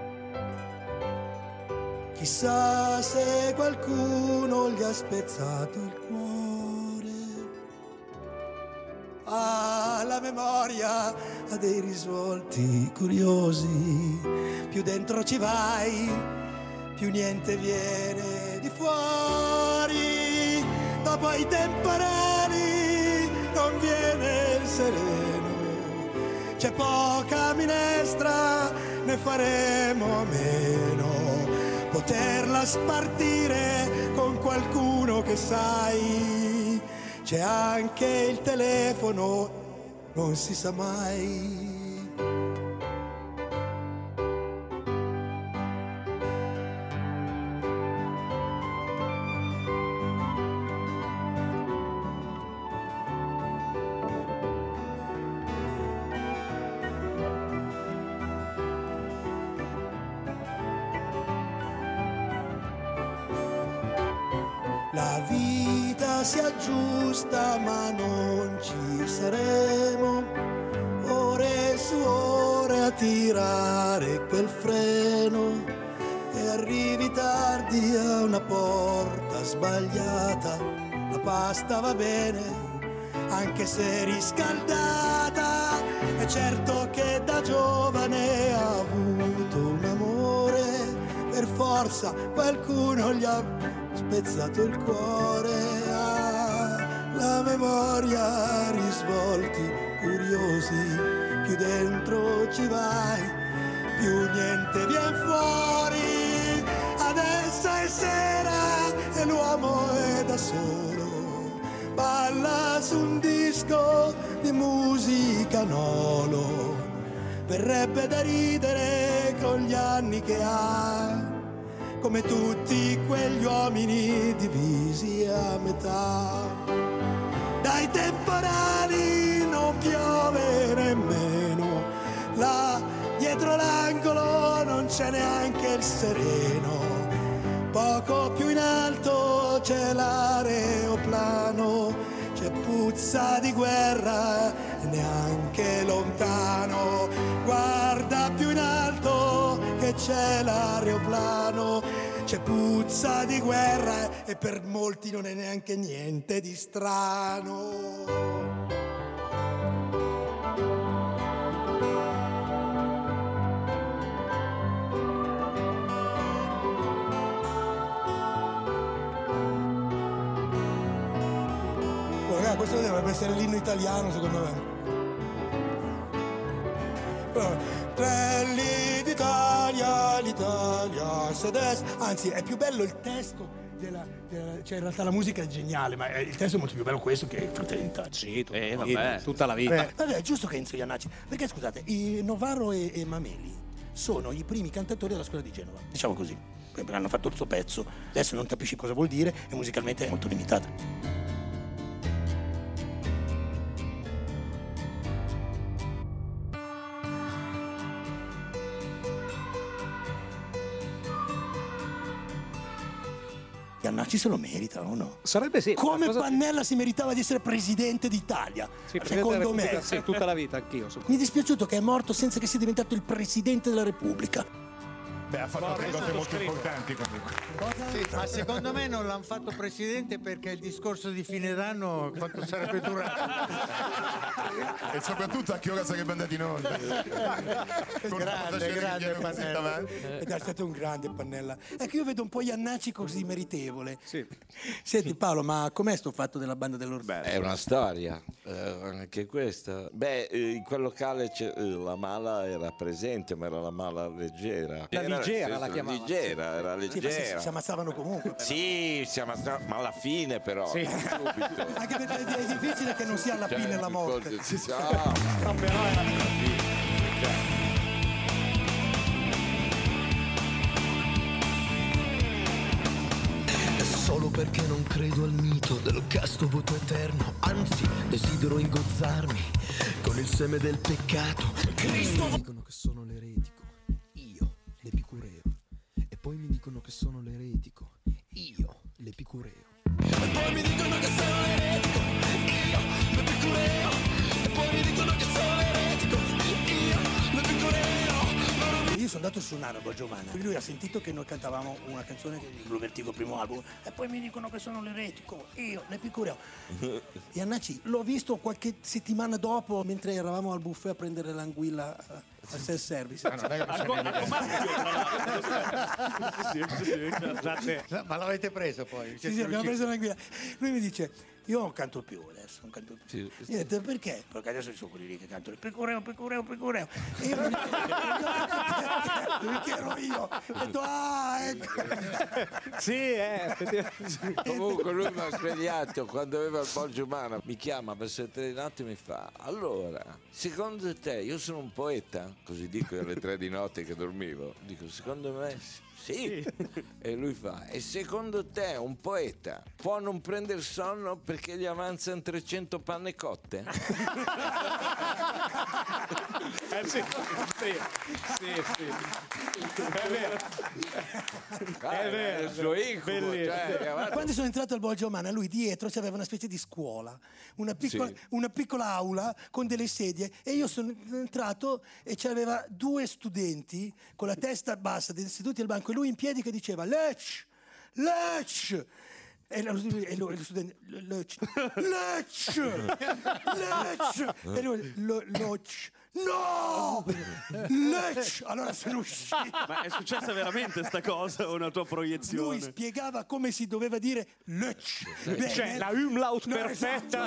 Chissà se qualcuno gli ha spezzato il cuore. Ah, la memoria ha dei risvolti curiosi. Più dentro ci vai, più niente viene di fuori. Dopo i temporali non viene il sereno. C'è poca minestra, ne faremo a meno. Poterla spartire con qualcuno che sai. C'è anche il telefono, non si sa mai. La vita si aggiusta ma non ci saremo, ore su ore a tirare quel freno, e arrivi tardi a una porta sbagliata. La pasta va bene anche se riscaldata, e certo che da giovane ha avuto un amore, per forza qualcuno gli ha spezzato il cuore. Ah, la memoria ha risvolti curiosi. Più dentro ci vai, più niente vien fuori. Adesso è sera e l'uomo è da solo, balla su un disco di musica nolo. Verrebbe da ridere con gli anni che ha, come tutti quegli uomini divisi a metà. Dai temporali non piove nemmeno, là dietro l'angolo non c'è neanche il sereno. Poco più in alto c'è l'aeroplano, c'è puzza di guerra e neanche lontano. Guarda più in alto che c'è l'aeroplano, c'è puzza di guerra e per molti non è neanche niente di strano. Ragazzi, questo dovrebbe essere l'inno italiano secondo me. Trelli d'Italia, l'Italia se des... Anzi, è più bello il testo della, della... Cioè, in realtà la musica è geniale, ma il testo è molto più bello questo che Fratelli d'Italia. Sì, eh, vabbè, tutta la vita. Eh, vabbè, è giusto che Enzo Iannacci... Perché, scusate, i Novaro e, e Mameli sono i primi cantatori della scuola di Genova, diciamo così. Hanno fatto il suo pezzo, adesso non capisci cosa vuol dire e musicalmente è molto limitata. Iannacci se lo merita, o no? Sarebbe sì. Come cosa... Pannella si meritava di essere presidente d'Italia, sì, secondo me. Sì, tutta la vita, anch'io. Mi è dispiaciuto che è morto senza che sia diventato il presidente della Repubblica. Beh, ha fatto tre cose molto importanti comunque. Sì, ma secondo me non l'hanno fatto presidente perché il discorso di fine d'anno quanto sarebbe durato. E soprattutto a che ora sarebbe andato in onda. Grande, grande Pannella. Ed è stato un grande Pannella. Ecco, io vedo un po' Iannacci così meritevole. Sì. Senti Paolo, ma com'è sto fatto della banda dell'Orbetello? È una storia, eh, anche questa. Beh, eh, in quel locale c'è, eh, la mala era presente, ma era la mala leggera. La Era, leggera sì, la chiamava. Leggera, era Sì, ma si, leggera. si ammazzavano comunque. Però. Sì, si ammazzavano, ma alla fine però. Sì. Subito. Anche perché è difficile che non sia alla fine la morte. Sì, sì, ah, No, però era... Solo perché non credo al mito del casto voto eterno, anzi desidero ingozzarmi con il seme del peccato. Cristo! Mi dicono che sono l'eretico, io l'epicureo, e poi mi dicono che sono l'eretico, io l'epicureo. E poi mi dicono che sono l'eretico, io l'epicureo, e poi mi dicono che sono l'eretico, io l'epicureo. Io sono andato a suonare a Boggiomana. Lui ha sentito che noi cantavamo una canzone del Blue Vertigo primo album e poi mi dicono che sono l'eretico, io, l'epicureo. Iannacci, l'ho visto qualche settimana dopo mentre eravamo al buffet a prendere l'anguilla al self-service. Ma non è che Ma l'avete preso poi? Sì, sì, abbiamo preso l'anguilla. Lui mi dice, io non canto più adesso, non canto più. Io ho detto, perché? Perché adesso ci sono quelli lì che cantano il pecureo, pecureo, pecureo. E io perché ero io? Ho detto, ah, ecco. Sì, eh. Comunque lui mi ha svegliato quando aveva il Poggio Umano, mi chiama per sette di notte e mi fa: allora, secondo te, io sono un poeta? Così dico alle tre di notte che dormivo. Dico, secondo me sì. E lui fa: e secondo te un poeta può non prendere sonno perché gli avanzano trecento panne cotte? Eh sì, sì, sì, sì. È vero. Ah, È vero. È il suo incubo, cioè, Quando sono entrato al Boggiomana, lui dietro c'aveva una specie di scuola, una piccola, Sì. una piccola aula con delle sedie e io sono entrato e c'aveva due studenti con la testa bassa seduti al banco e lui in piedi che diceva Lech, Lech. E lo, e lo, e lo studente Lech, Lech, Lech. E lui lo, Loch. No! Lech! Allora sono uscito. Ma è successa veramente sta cosa o una tua proiezione? Lui spiegava come si doveva dire Lech. Cioè la umlaut No, perfetta.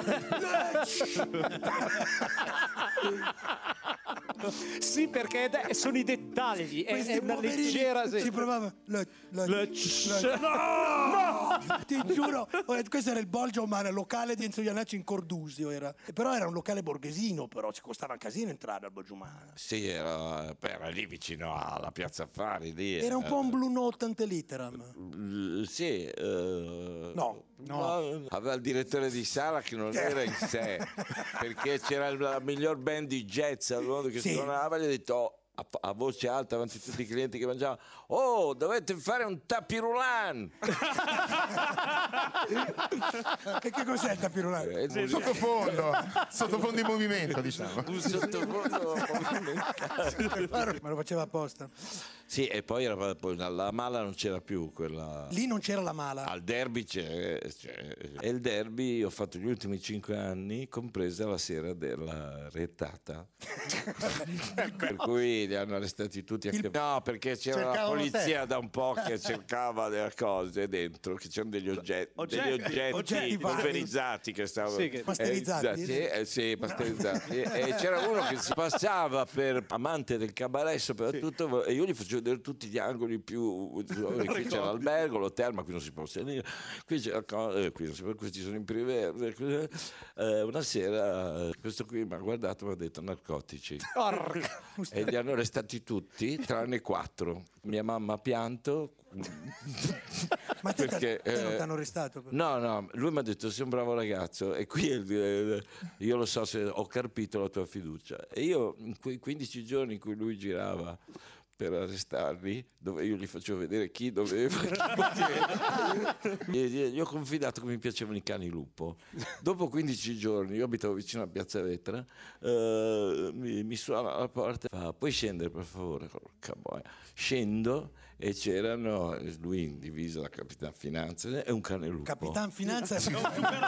Sì, perché è- sono i dettagli, è, Questi è una poverini leggera... sì. ci provava Lech, Lech, Lech. Lech. No! Ti giuro, ho detto, questo era il Boggiomana, locale di Enzo Iannacci in Cordusio era. Però era un locale borghesino, però ci costava un casino entrare al Boggiomana. Sì, era, era lì vicino alla piazza Affari. Lì, Era un po' un Blue Note ante litteram. L- Sì, eh, No, no. Aveva il direttore di sala che non era in sé, perché c'era la miglior band di jazz al mondo che Sì. suonava, gli ha detto "Oh, a, a voce alta davanti a tutti i clienti che mangiavano: oh, dovete fare un tapirulan". E che cos'è il tapirulano? Eh, Sì, sottofondo, sottofondo in movimento, diciamo. Un sottofondo movimentale. Ma lo faceva apposta. Sì, e poi era poi la mala non c'era più quella. Lì non c'era la mala. Al derby c'è, c'è. E il derby ho fatto gli ultimi cinque anni, compresa la sera della rettata. Per cui li hanno arrestati tutti anche. No, perché c'era la Cercavano polizia te. da un po' che cercava delle cose dentro, che c'erano degli oggetti, Oggetti, degli oggetti, oggetti vari. polverizzati che stavano. Sì, che- Masterizzati? Eh, sì, eh, sì, masterizzati. E c'era uno che si passava per amante del cabaret, soprattutto, e io gli facevo vedere tutti gli angoli più. Qui c'era l'albergo, l'hotel, ma qui non si può salire. Qui c'era eh, qui non si può, questi sono in privé. Eh, una sera eh, questo qui mi ha guardato e mi ha detto narcotici. Porca. E li hanno arrestati tutti, tranne quattro. Mia mamma ha pianto. Ma te, Perché, te non eh, ti hanno arrestato? No, no, lui mi ha detto sei un bravo ragazzo e qui è il- eh, io lo so se ho carpito la tua fiducia. E io in quei quindici giorni in cui lui girava per arrestarli, dove io gli facevo vedere chi doveva, chi poteva. E gli ho confidato che mi piacevano i cani lupo. Dopo quindici giorni, io abitavo vicino a Piazza Vetra, eh, mi, mi suona alla porta, fa, puoi scendere per favore? Porca boia. Scendo e c'erano lui in divisa da Capitan Finanza e un cane lupo. Capitan Finanza è un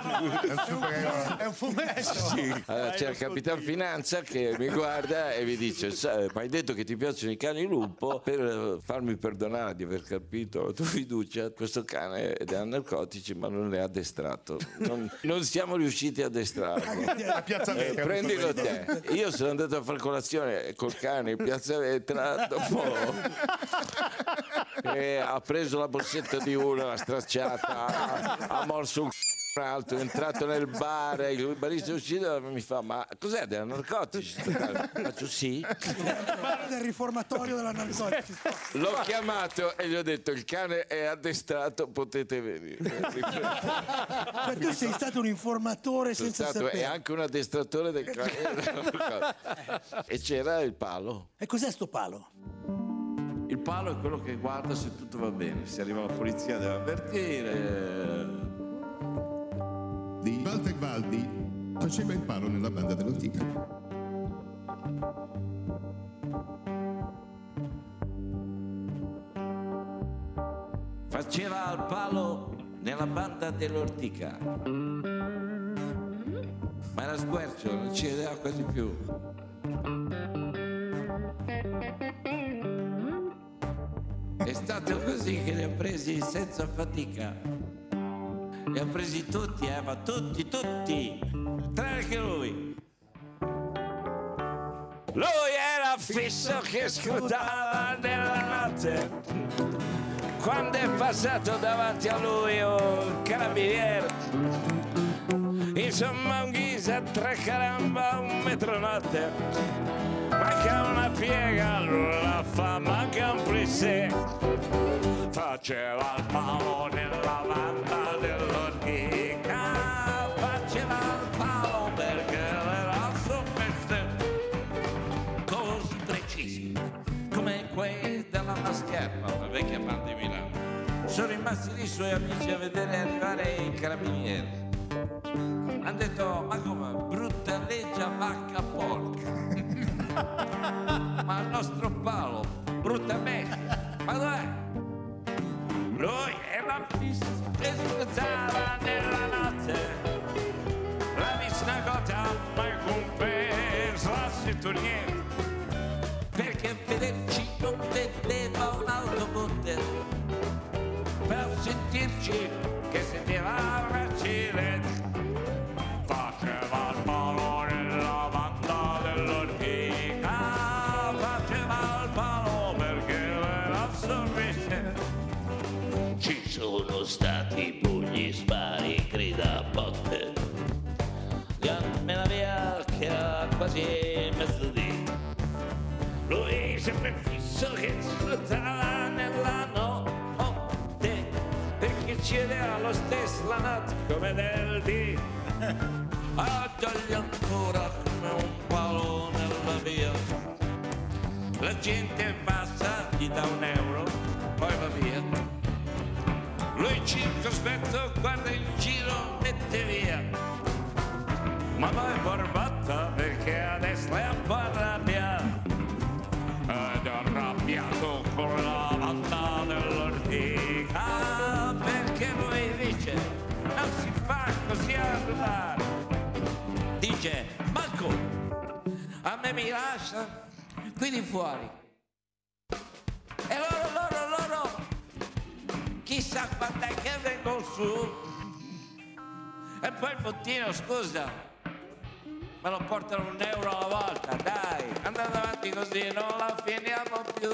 È un fumetto. Sì. Allora, c'era il Capitan Finanza che mi guarda e mi dice: ma hai detto che ti piacciono i cani lupo? Per farmi perdonare di aver capito la tua fiducia, questo cane è da narcotici ma non è addestrato, non, non siamo riusciti a addestrarlo. A Piazza Vetra, eh, prendilo te. Io sono andato a fare colazione col cane in Piazza Vetra, dopo e ha preso la borsetta di uno, l'ha stracciata, ha, ha morso un c***o altro, è entrato nel bar, il barista è uscito e mi fa: ma cos'è, della narcotici? Faccio sì. del riformatorio della narcotici. L'ho chiamato e gli ho detto: il cane è addestrato, potete venire. Cioè, tu sei stato un informatore Sono senza stato sapere. e anche un addestratore del cane. E c'era il palo. E cos'è sto palo? Il palo è quello che guarda se tutto va bene. Se arriva la polizia deve avvertire. Di Walter Valdi faceva il palo nella banda dell'Antica. Faceva il palo nella banda dell'Ortica. Ma era squercio, non ci vedeva quasi più. È stato così che li ha presi senza fatica. Li ha presi tutti, eh, ma tutti, tutti, tranne che lui. Lui era fisso che scrutava nella notte. Quando è passato davanti a lui un carabiniere, insomma un ghisa, tre caramba, un metronotte. Manca una piega, la fa, manca un plissé. Faceva il palo nella banda dell'Ortica, faceva il palo perché era sommesse così precisi come quei della Mascherma, la vecchia banda di Milano. Sono rimasti lì i suoi amici a vedere arrivare i carabinieri. Hanno detto: ma come, brutta leggia, vacca porca. Ma il nostro palo, brutta bestia, ma dov'è? Lui era fisso e sfruttava nella notte la vicina gota, ma compreso la sintonia, perché vederci non vedeva un autobotte per sentirci che sentiva un accidente. Faceva il palo nella banda dell'Ortica, faceva il palo perché era sorrise. Ci sono stati pugni, spari, grida a botte. Diammela via che ha quasi mezzodì. Lui sempre fisso che sfruttava nella notte, perché ci vedeva lo stesso la notte come del dì. Oggi ancora come un palo nella via. La gente passa, gli dà un euro, poi va via. Lui circospetto guarda in giro, mette via. Ma poi è borbotta perché adesso è un po' arrabbiato. Ed è arrabbiato con la banda dell'Ortica, perché lui dice: non si fa così arrabbiare. Dice: Marco, a me mi lascia qui di fuori. E loro, loro, loro, chissà quando è che vengo su. E poi il bottino, scusa, me lo portano un euro alla volta, dai, andate avanti così, non la finiamo più.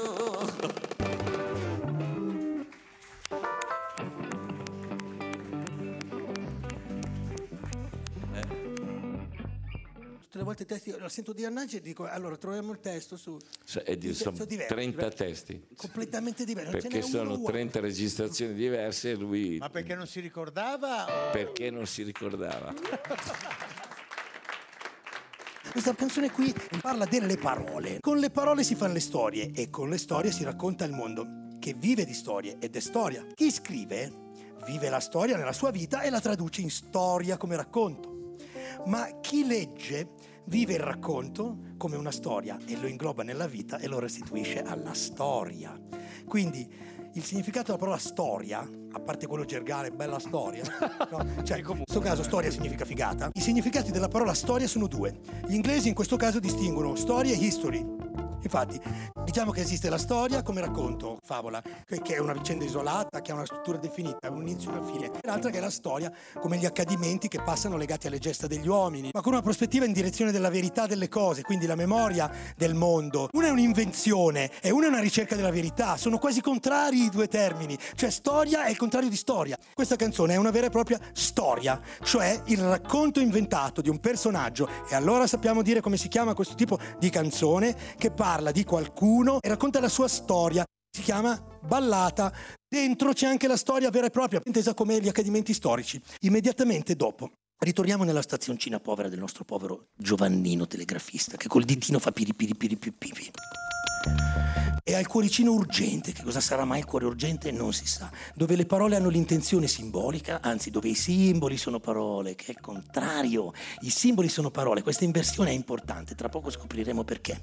Tutte le volte i testi, lo sento dire Annaggi e dico: allora troviamo il testo su. E di- sono sono diversi, trenta diversi. testi. Completamente diversi. non ce Perché n'è sono uno uguale. trenta registrazioni diverse e lui Ma perché non si ricordava? O... perché non si ricordava. Questa canzone qui parla delle parole. Con le parole si fanno le storie e con le storie si racconta il mondo, che vive di storie ed è storia. Chi scrive vive la storia nella sua vita e la traduce in storia come racconto. Ma chi legge vive il racconto come una storia e lo ingloba nella vita e lo restituisce alla storia. Quindi il significato della parola storia, a parte quello gergale, bella storia, no? Cioè, in questo caso storia significa figata. I significati della parola storia sono due. Gli inglesi in questo caso distinguono storia e history. Infatti, diciamo che esiste la storia come racconto, favola, che è una vicenda isolata, che ha una struttura definita, un inizio e una fine. E l'altra che è la storia come gli accadimenti che passano legati alle gesta degli uomini, ma con una prospettiva in direzione della verità delle cose, quindi la memoria del mondo. Una è un'invenzione e una è una ricerca della verità. Sono quasi contrari i due termini, cioè storia è il contrario di storia. Questa canzone è una vera e propria storia, cioè il racconto inventato di un personaggio. E allora sappiamo dire come si chiama questo tipo di canzone che parla di qualcuno e racconta la sua storia. Si chiama ballata. Dentro c'è anche la storia vera e propria, intesa come gli accadimenti storici. Immediatamente dopo ritorniamo nella stazioncina povera del nostro povero Giovannino telegrafista, che col ditino fa piri piri piri piri piri. E ha il cuoricino urgente. Che cosa sarà mai il cuore urgente? Non si sa. Dove le parole hanno l'intenzione simbolica, anzi dove i simboli sono parole, che è il contrario. I simboli sono parole. Questa inversione è importante, tra poco scopriremo perché.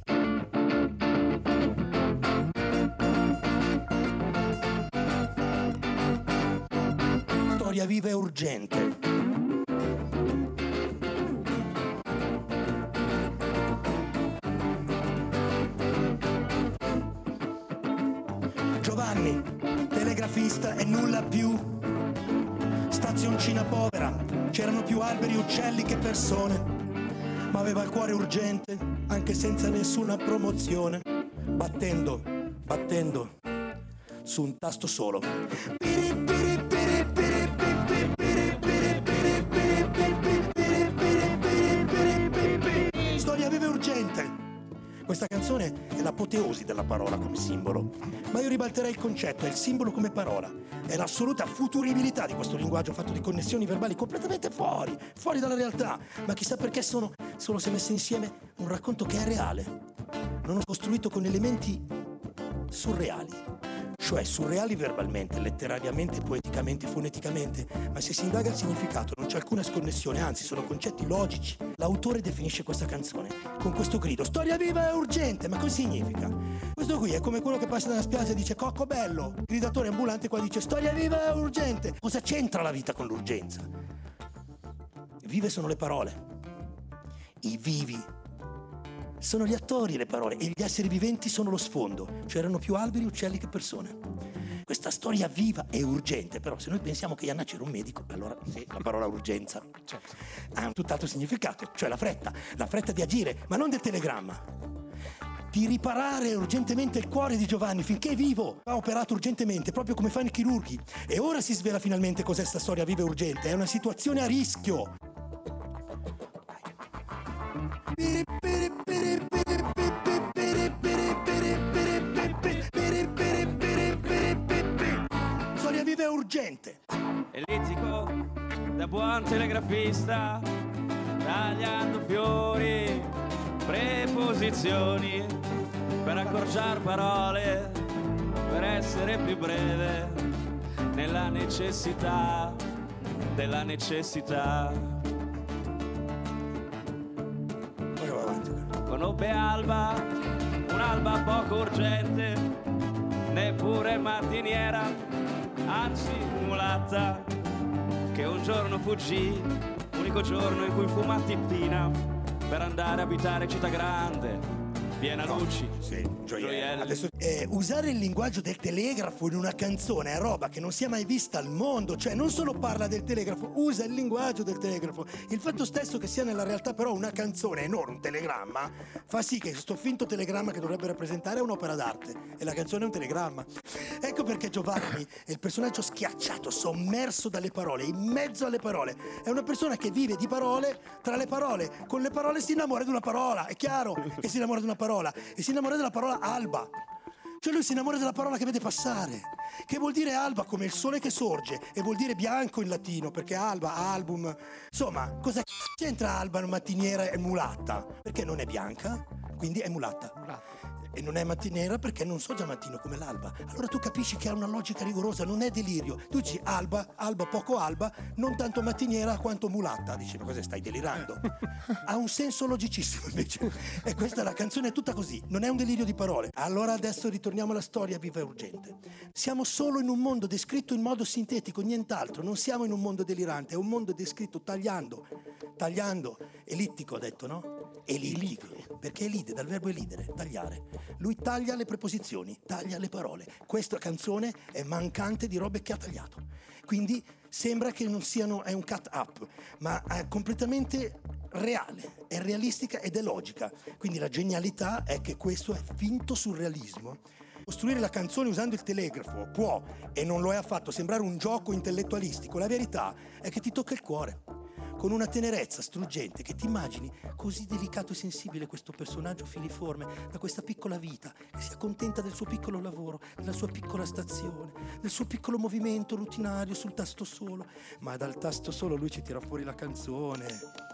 Storia viva e urgente. Giovanni, telegrafista e nulla più. Stazioncina povera, c'erano più alberi e uccelli che persone, ma aveva il cuore urgente, anche senza nessuna promozione, battendo, battendo su un tasto solo. Storia viva e urgente. Questa canzone è l'apoteosi della parola come simbolo, ma io ribalterei il concetto, è il simbolo come parola, è l'assoluta futuribilità di questo linguaggio fatto di connessioni verbali completamente fuori, fuori dalla realtà, ma chissà perché sono, solo se messe insieme, un racconto che è reale, non ho costruito con elementi surreali. Cioè surreali verbalmente, letterariamente, poeticamente, foneticamente, ma se si indaga il significato non c'è alcuna sconnessione, anzi sono concetti logici. L'autore definisce questa canzone con questo grido: storia viva e urgente, ma cosa significa? Questo qui è come quello che passa dalla spiaggia e dice cocco bello, il gridatore ambulante qua dice storia viva e urgente. Cosa c'entra la vita con l'urgenza? Vive sono le parole, i vivi sono gli attori, le parole, e gli esseri viventi sono lo sfondo. C'erano più alberi, uccelli che persone. Questa storia viva e urgente, però se noi pensiamo che Iannacci era un medico, allora sì, la parola urgenza ha un tutt'altro significato, cioè la fretta, la fretta di agire, ma non del telegramma. Di riparare urgentemente il cuore di Giovanni finché è vivo. Ha operato urgentemente, proprio come fanno i chirurghi. E ora si svela finalmente cos'è sta storia viva e urgente. È una situazione a rischio. Storia viva e urgente. E litigo da buon telegrafista, tagliando fiori, preposizioni, per accorciare parole, per essere più breve, nella necessità della necessità. Conobbe Alba, un'alba poco urgente, neppure mattiniera, anzi mulatta, che un giorno fuggì, unico giorno in cui fu mattina, per andare a abitare città grande, piena no, luci, sì, gioielli. Adesso, eh, usare il linguaggio del telegrafo in una canzone è roba che non si è mai vista al mondo, cioè non solo parla del telegrafo, usa il linguaggio del telegrafo. Il fatto stesso che sia nella realtà però una canzone e non un telegramma fa sì che questo finto telegramma che dovrebbe rappresentare è un'opera d'arte e la canzone è un telegramma. Ecco perché Giovanni è il personaggio schiacciato, sommerso dalle parole, in mezzo alle parole. È una persona che vive di parole, tra le parole, con le parole si innamora di una parola, è chiaro che si innamora di una parola e si innamora della parola alba. Cioè lui si innamora della parola che vede passare, che vuol dire alba come il sole che sorge, e vuol dire bianco in latino, perché alba, album. Insomma, cosa c'entra alba, mattiniera e mulatta? Perché non è bianca, quindi è mulatta. E non è mattiniera perché non so già mattino come l'alba. Allora tu capisci che ha una logica rigorosa, non è delirio. Tu dici alba, alba, poco alba, non tanto mattiniera quanto mulatta. Dici, ma cosa stai delirando? Ha un senso logicissimo invece. E questa la canzone è tutta così, non è un delirio di parole. Allora adesso ritorniamo alla storia viva e urgente. Siamo solo in un mondo descritto in modo sintetico, nient'altro. Non siamo in un mondo delirante, è un mondo descritto tagliando, tagliando, ellittico ho detto, no? Ellittico, perché elide, dal verbo elidere, tagliare. Lui taglia le preposizioni, taglia le parole. Questa canzone è mancante di robe che ha tagliato. Quindi sembra che non siano, è un cut up, ma è completamente reale, è realistica ed è logica. Quindi la genialità è che questo è finto surrealismo. Costruire la canzone usando il telegrafo può, e non lo è affatto, sembrare un gioco intellettualistico. La verità è che ti tocca il cuore, con una tenerezza struggente, che ti immagini così delicato e sensibile questo personaggio filiforme, da questa piccola vita, che si accontenta del suo piccolo lavoro, della sua piccola stazione, del suo piccolo movimento rutinario sul tasto solo, ma dal tasto solo lui ci tira fuori la canzone.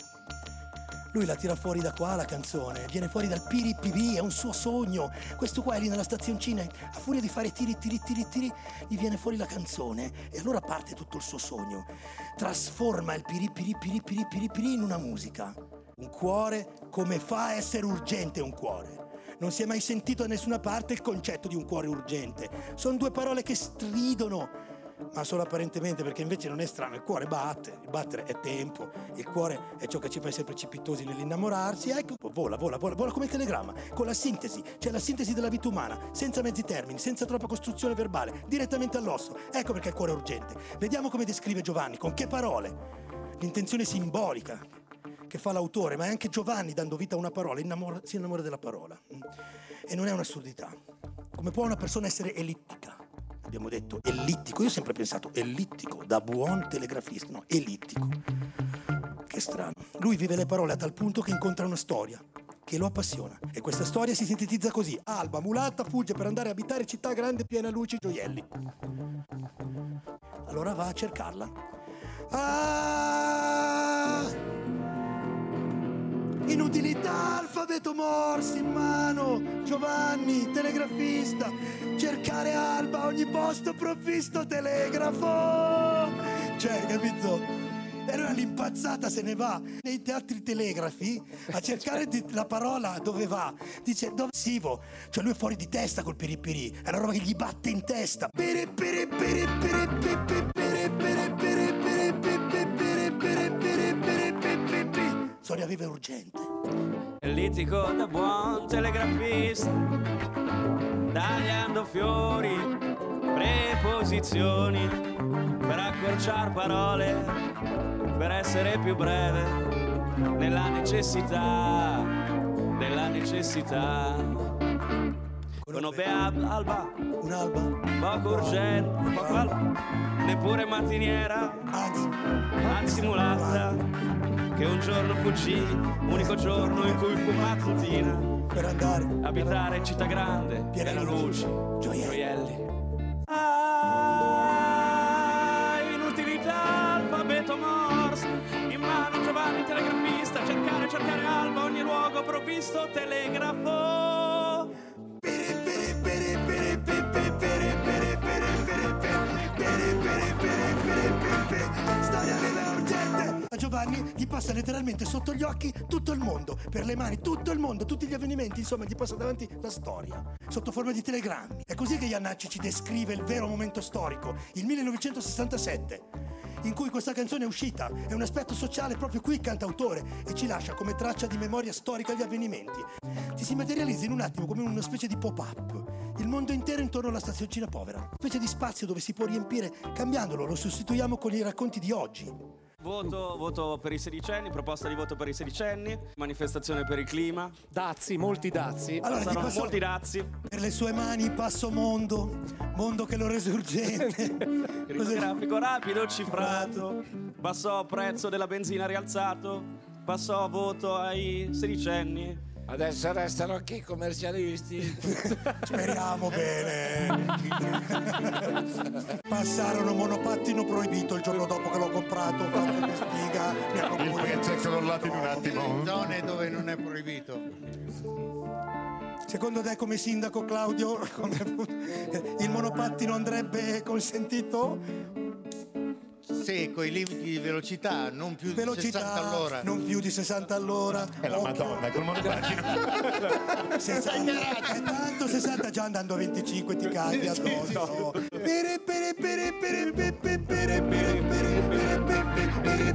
Lui la tira fuori da qua la canzone, viene fuori dal piripipì, è un suo sogno. Questo qua è lì nella stazioncina, a furia di fare tiri tiri tiri tiri, gli viene fuori la canzone e allora parte tutto il suo sogno. Trasforma il piripiri piripiri piripiri in una musica. Un cuore, come fa a essere urgente un cuore? Non si è mai sentito da nessuna parte il concetto di un cuore urgente. Sono due parole che stridono, ma solo apparentemente, perché invece non è strano. Il cuore batte, il battere è tempo, il cuore è ciò che ci fa essere precipitosi nell'innamorarsi. Ecco, vola, vola, vola, vola come il telegramma, con la sintesi, cioè la sintesi della vita umana, senza mezzi termini, senza troppa costruzione verbale, direttamente all'osso. Ecco perché il cuore è urgente. Vediamo come descrive Giovanni, con che parole. L'intenzione simbolica che fa l'autore, ma è anche Giovanni, dando vita a una parola, innamora, si innamora della parola. E non è un'assurdità. Come può una persona essere ellittica? Abbiamo detto ellittico, io ho sempre pensato ellittico, da buon telegrafista, no, ellittico. Che strano. Lui vive le parole a tal punto che incontra una storia che lo appassiona. E questa storia si sintetizza così: alba, mulatta, fugge per andare a abitare città grande piena luci e gioielli. Allora va a cercarla. Ah! Inutilità, alfabeto Morse in mano, Giovanni, telegrafista, cercare alba, ogni posto provvisto telegrafo. Cioè, capito? E allora l'impazzata se ne va nei teatri telegrafi a cercare di, la parola dove va. Dice, dove sivo? Cioè lui è fuori di testa col piripiri, è una roba che gli batte in testa. Piripiri, piripiri, piripiri, piripiri, piripiri, piripiri, piripiri, piripiri. Storia viva e urgente. Ellittico da buon telegrafista, tagliando fiori, preposizioni, per accorciare parole, per essere più breve, nella necessità, nella necessità. Conobbe alba, un'alba, poco urgente, poco alba, neppure mattiniera, anzi, anzi mulatta, che un giorno fuggì, unico giorno in cui fu mattutina, per andare a abitare città grande, piena luce, gioielli. Ah, inutilità, alfabeto Morse, in mano Giovanni telegrafista, cercare, cercare alba, ogni luogo provvisto telegrafo. Storia viva e urgente. A Giovanni gli passa letteralmente sotto gli occhi tutto il mondo, per le mani tutto il mondo, tutti gli avvenimenti, insomma gli passa davanti la storia sotto forma di telegrammi. È così che Jannacci ci descrive il vero momento storico, il millenovecentosessantasette, in cui questa canzone è uscita. È un aspetto sociale proprio qui il cantautore, e ci lascia come traccia di memoria storica gli avvenimenti. Ti si materializza in un attimo come una specie di pop-up, il mondo intero intorno alla stazioncina povera, una specie di spazio dove si può riempire cambiandolo, lo sostituiamo con i racconti di oggi. Voto, voto per i sedicenni, proposta di voto per i sedicenni, manifestazione per il clima. Dazi, molti dazi. Allora, Saranno passo, molti dazi. Per le sue mani passo mondo, mondo che lo rese urgente. Grafico rapido, cifrato, passò prezzo della benzina rialzato, passò voto ai sedicenni. Adesso restano anche i commercialisti. Speriamo bene. Passarono monopattino proibito il giorno dopo che l'ho comprato, ho fatto che spiga, mi hanno Il prezzo è crollato in un attimo. Zone dove non è proibito. Secondo te come sindaco Claudio il monopattino andrebbe consentito? Sì, con i limiti di velocità, non più Velocità, di sessanta all'ora. non più di sessanta all'ora. È la Madonna, col monopattino. sessanta, è tanto sessanta, già andando a venticinque ti cadi addosso. Pere, pere, pere, pere, pere, pere, pere, pere, pere, pere,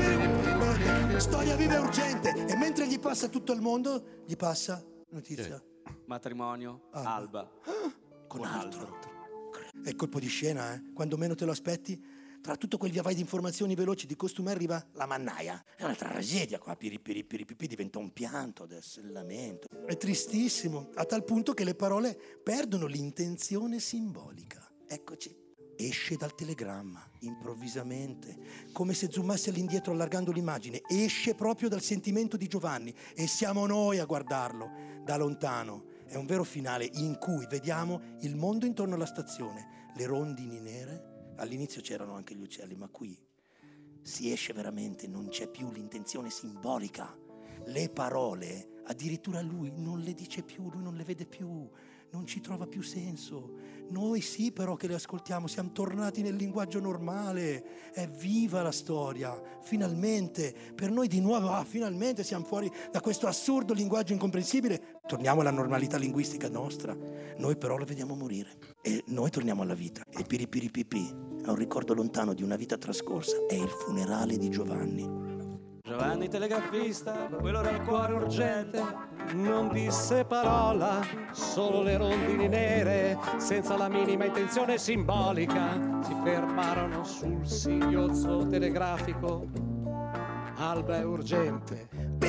pere. Storia viva e urgente. E mentre gli passa tutto il mondo, gli passa notizia. Matrimonio, Alba. Alba. Con altro. È colpo di scena, eh? Quando meno te lo aspetti. Tra tutto quel via vai di informazioni veloci di costume arriva la mannaia. È una tragedia qua, piri piri piri piri, diventa un pianto adesso, il lamento. È tristissimo, a tal punto che le parole perdono l'intenzione simbolica. Eccoci. Esce dal telegramma, improvvisamente, come se zoomasse all'indietro allargando l'immagine. Esce proprio dal sentimento di Giovanni e siamo noi a guardarlo da lontano. È un vero finale in cui vediamo il mondo intorno alla stazione, le rondini nere. All'inizio c'erano anche gli uccelli, ma qui si esce veramente, non c'è più l'intenzione simbolica. Le parole, addirittura lui non le dice più, lui non le vede più, non ci trova più senso. Noi sì però che le ascoltiamo, siamo tornati nel linguaggio normale, è viva la storia, finalmente, per noi di nuovo, ah, finalmente siamo fuori da questo assurdo linguaggio incomprensibile, torniamo alla normalità linguistica nostra, noi però la vediamo morire e noi torniamo alla vita. E piripiripipì è un ricordo lontano di una vita trascorsa, è il funerale di Giovanni. Giovanni telegrafista, quello del cuore urgente, non disse parola, solo le rondini nere, senza la minima intenzione simbolica, si fermarono sul singhiozzo telegrafico. Alba è urgente.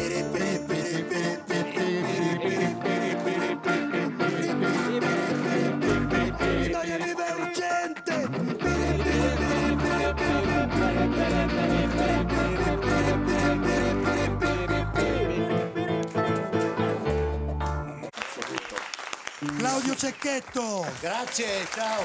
Storia viva è urgente. Claudio Cecchetto. Grazie, ciao.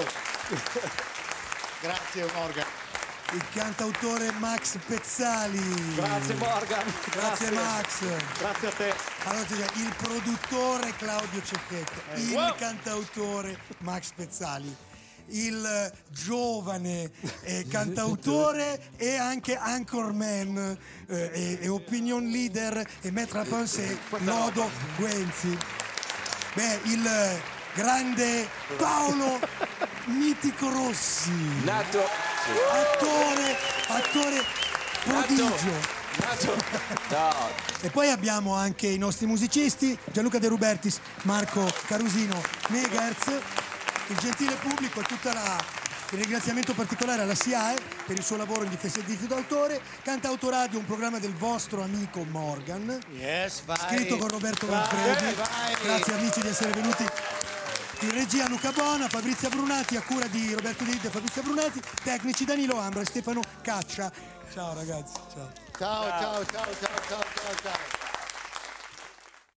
Grazie Morgan. Il cantautore Max Pezzali. Grazie Morgan. Grazie, Grazie Max. Grazie a te. Allora, il produttore Claudio Cecchetto, Eh, il wow. cantautore Max Pezzali, il giovane eh, cantautore e anche anchorman eh, e, e opinion leader e maître à penser Lodo Guenzi. Beh, il grande Paolo Mitico Rossi. Nato. Attore, attore prodigio. Nato. No. E poi abbiamo anche i nostri musicisti, Gianluca De Rubertis, Marco Carusino, Megahertz, il gentile pubblico e tutto il ringraziamento particolare alla S I A E per il suo lavoro in difesa del diritto d'autore. Cantautoradio, un programma del vostro amico Morgan, Yes, vai. scritto con Roberto Vai, Manfredi. vai. Grazie amici di essere venuti. In regia Luca Bona, Fabrizia Brunati, a cura di Roberto Lid e Fabrizia Brunati, tecnici Danilo Ambra e Stefano Caccia. Ciao ragazzi, ciao. Ciao, ciao, ciao, ciao, ciao, ciao, ciao.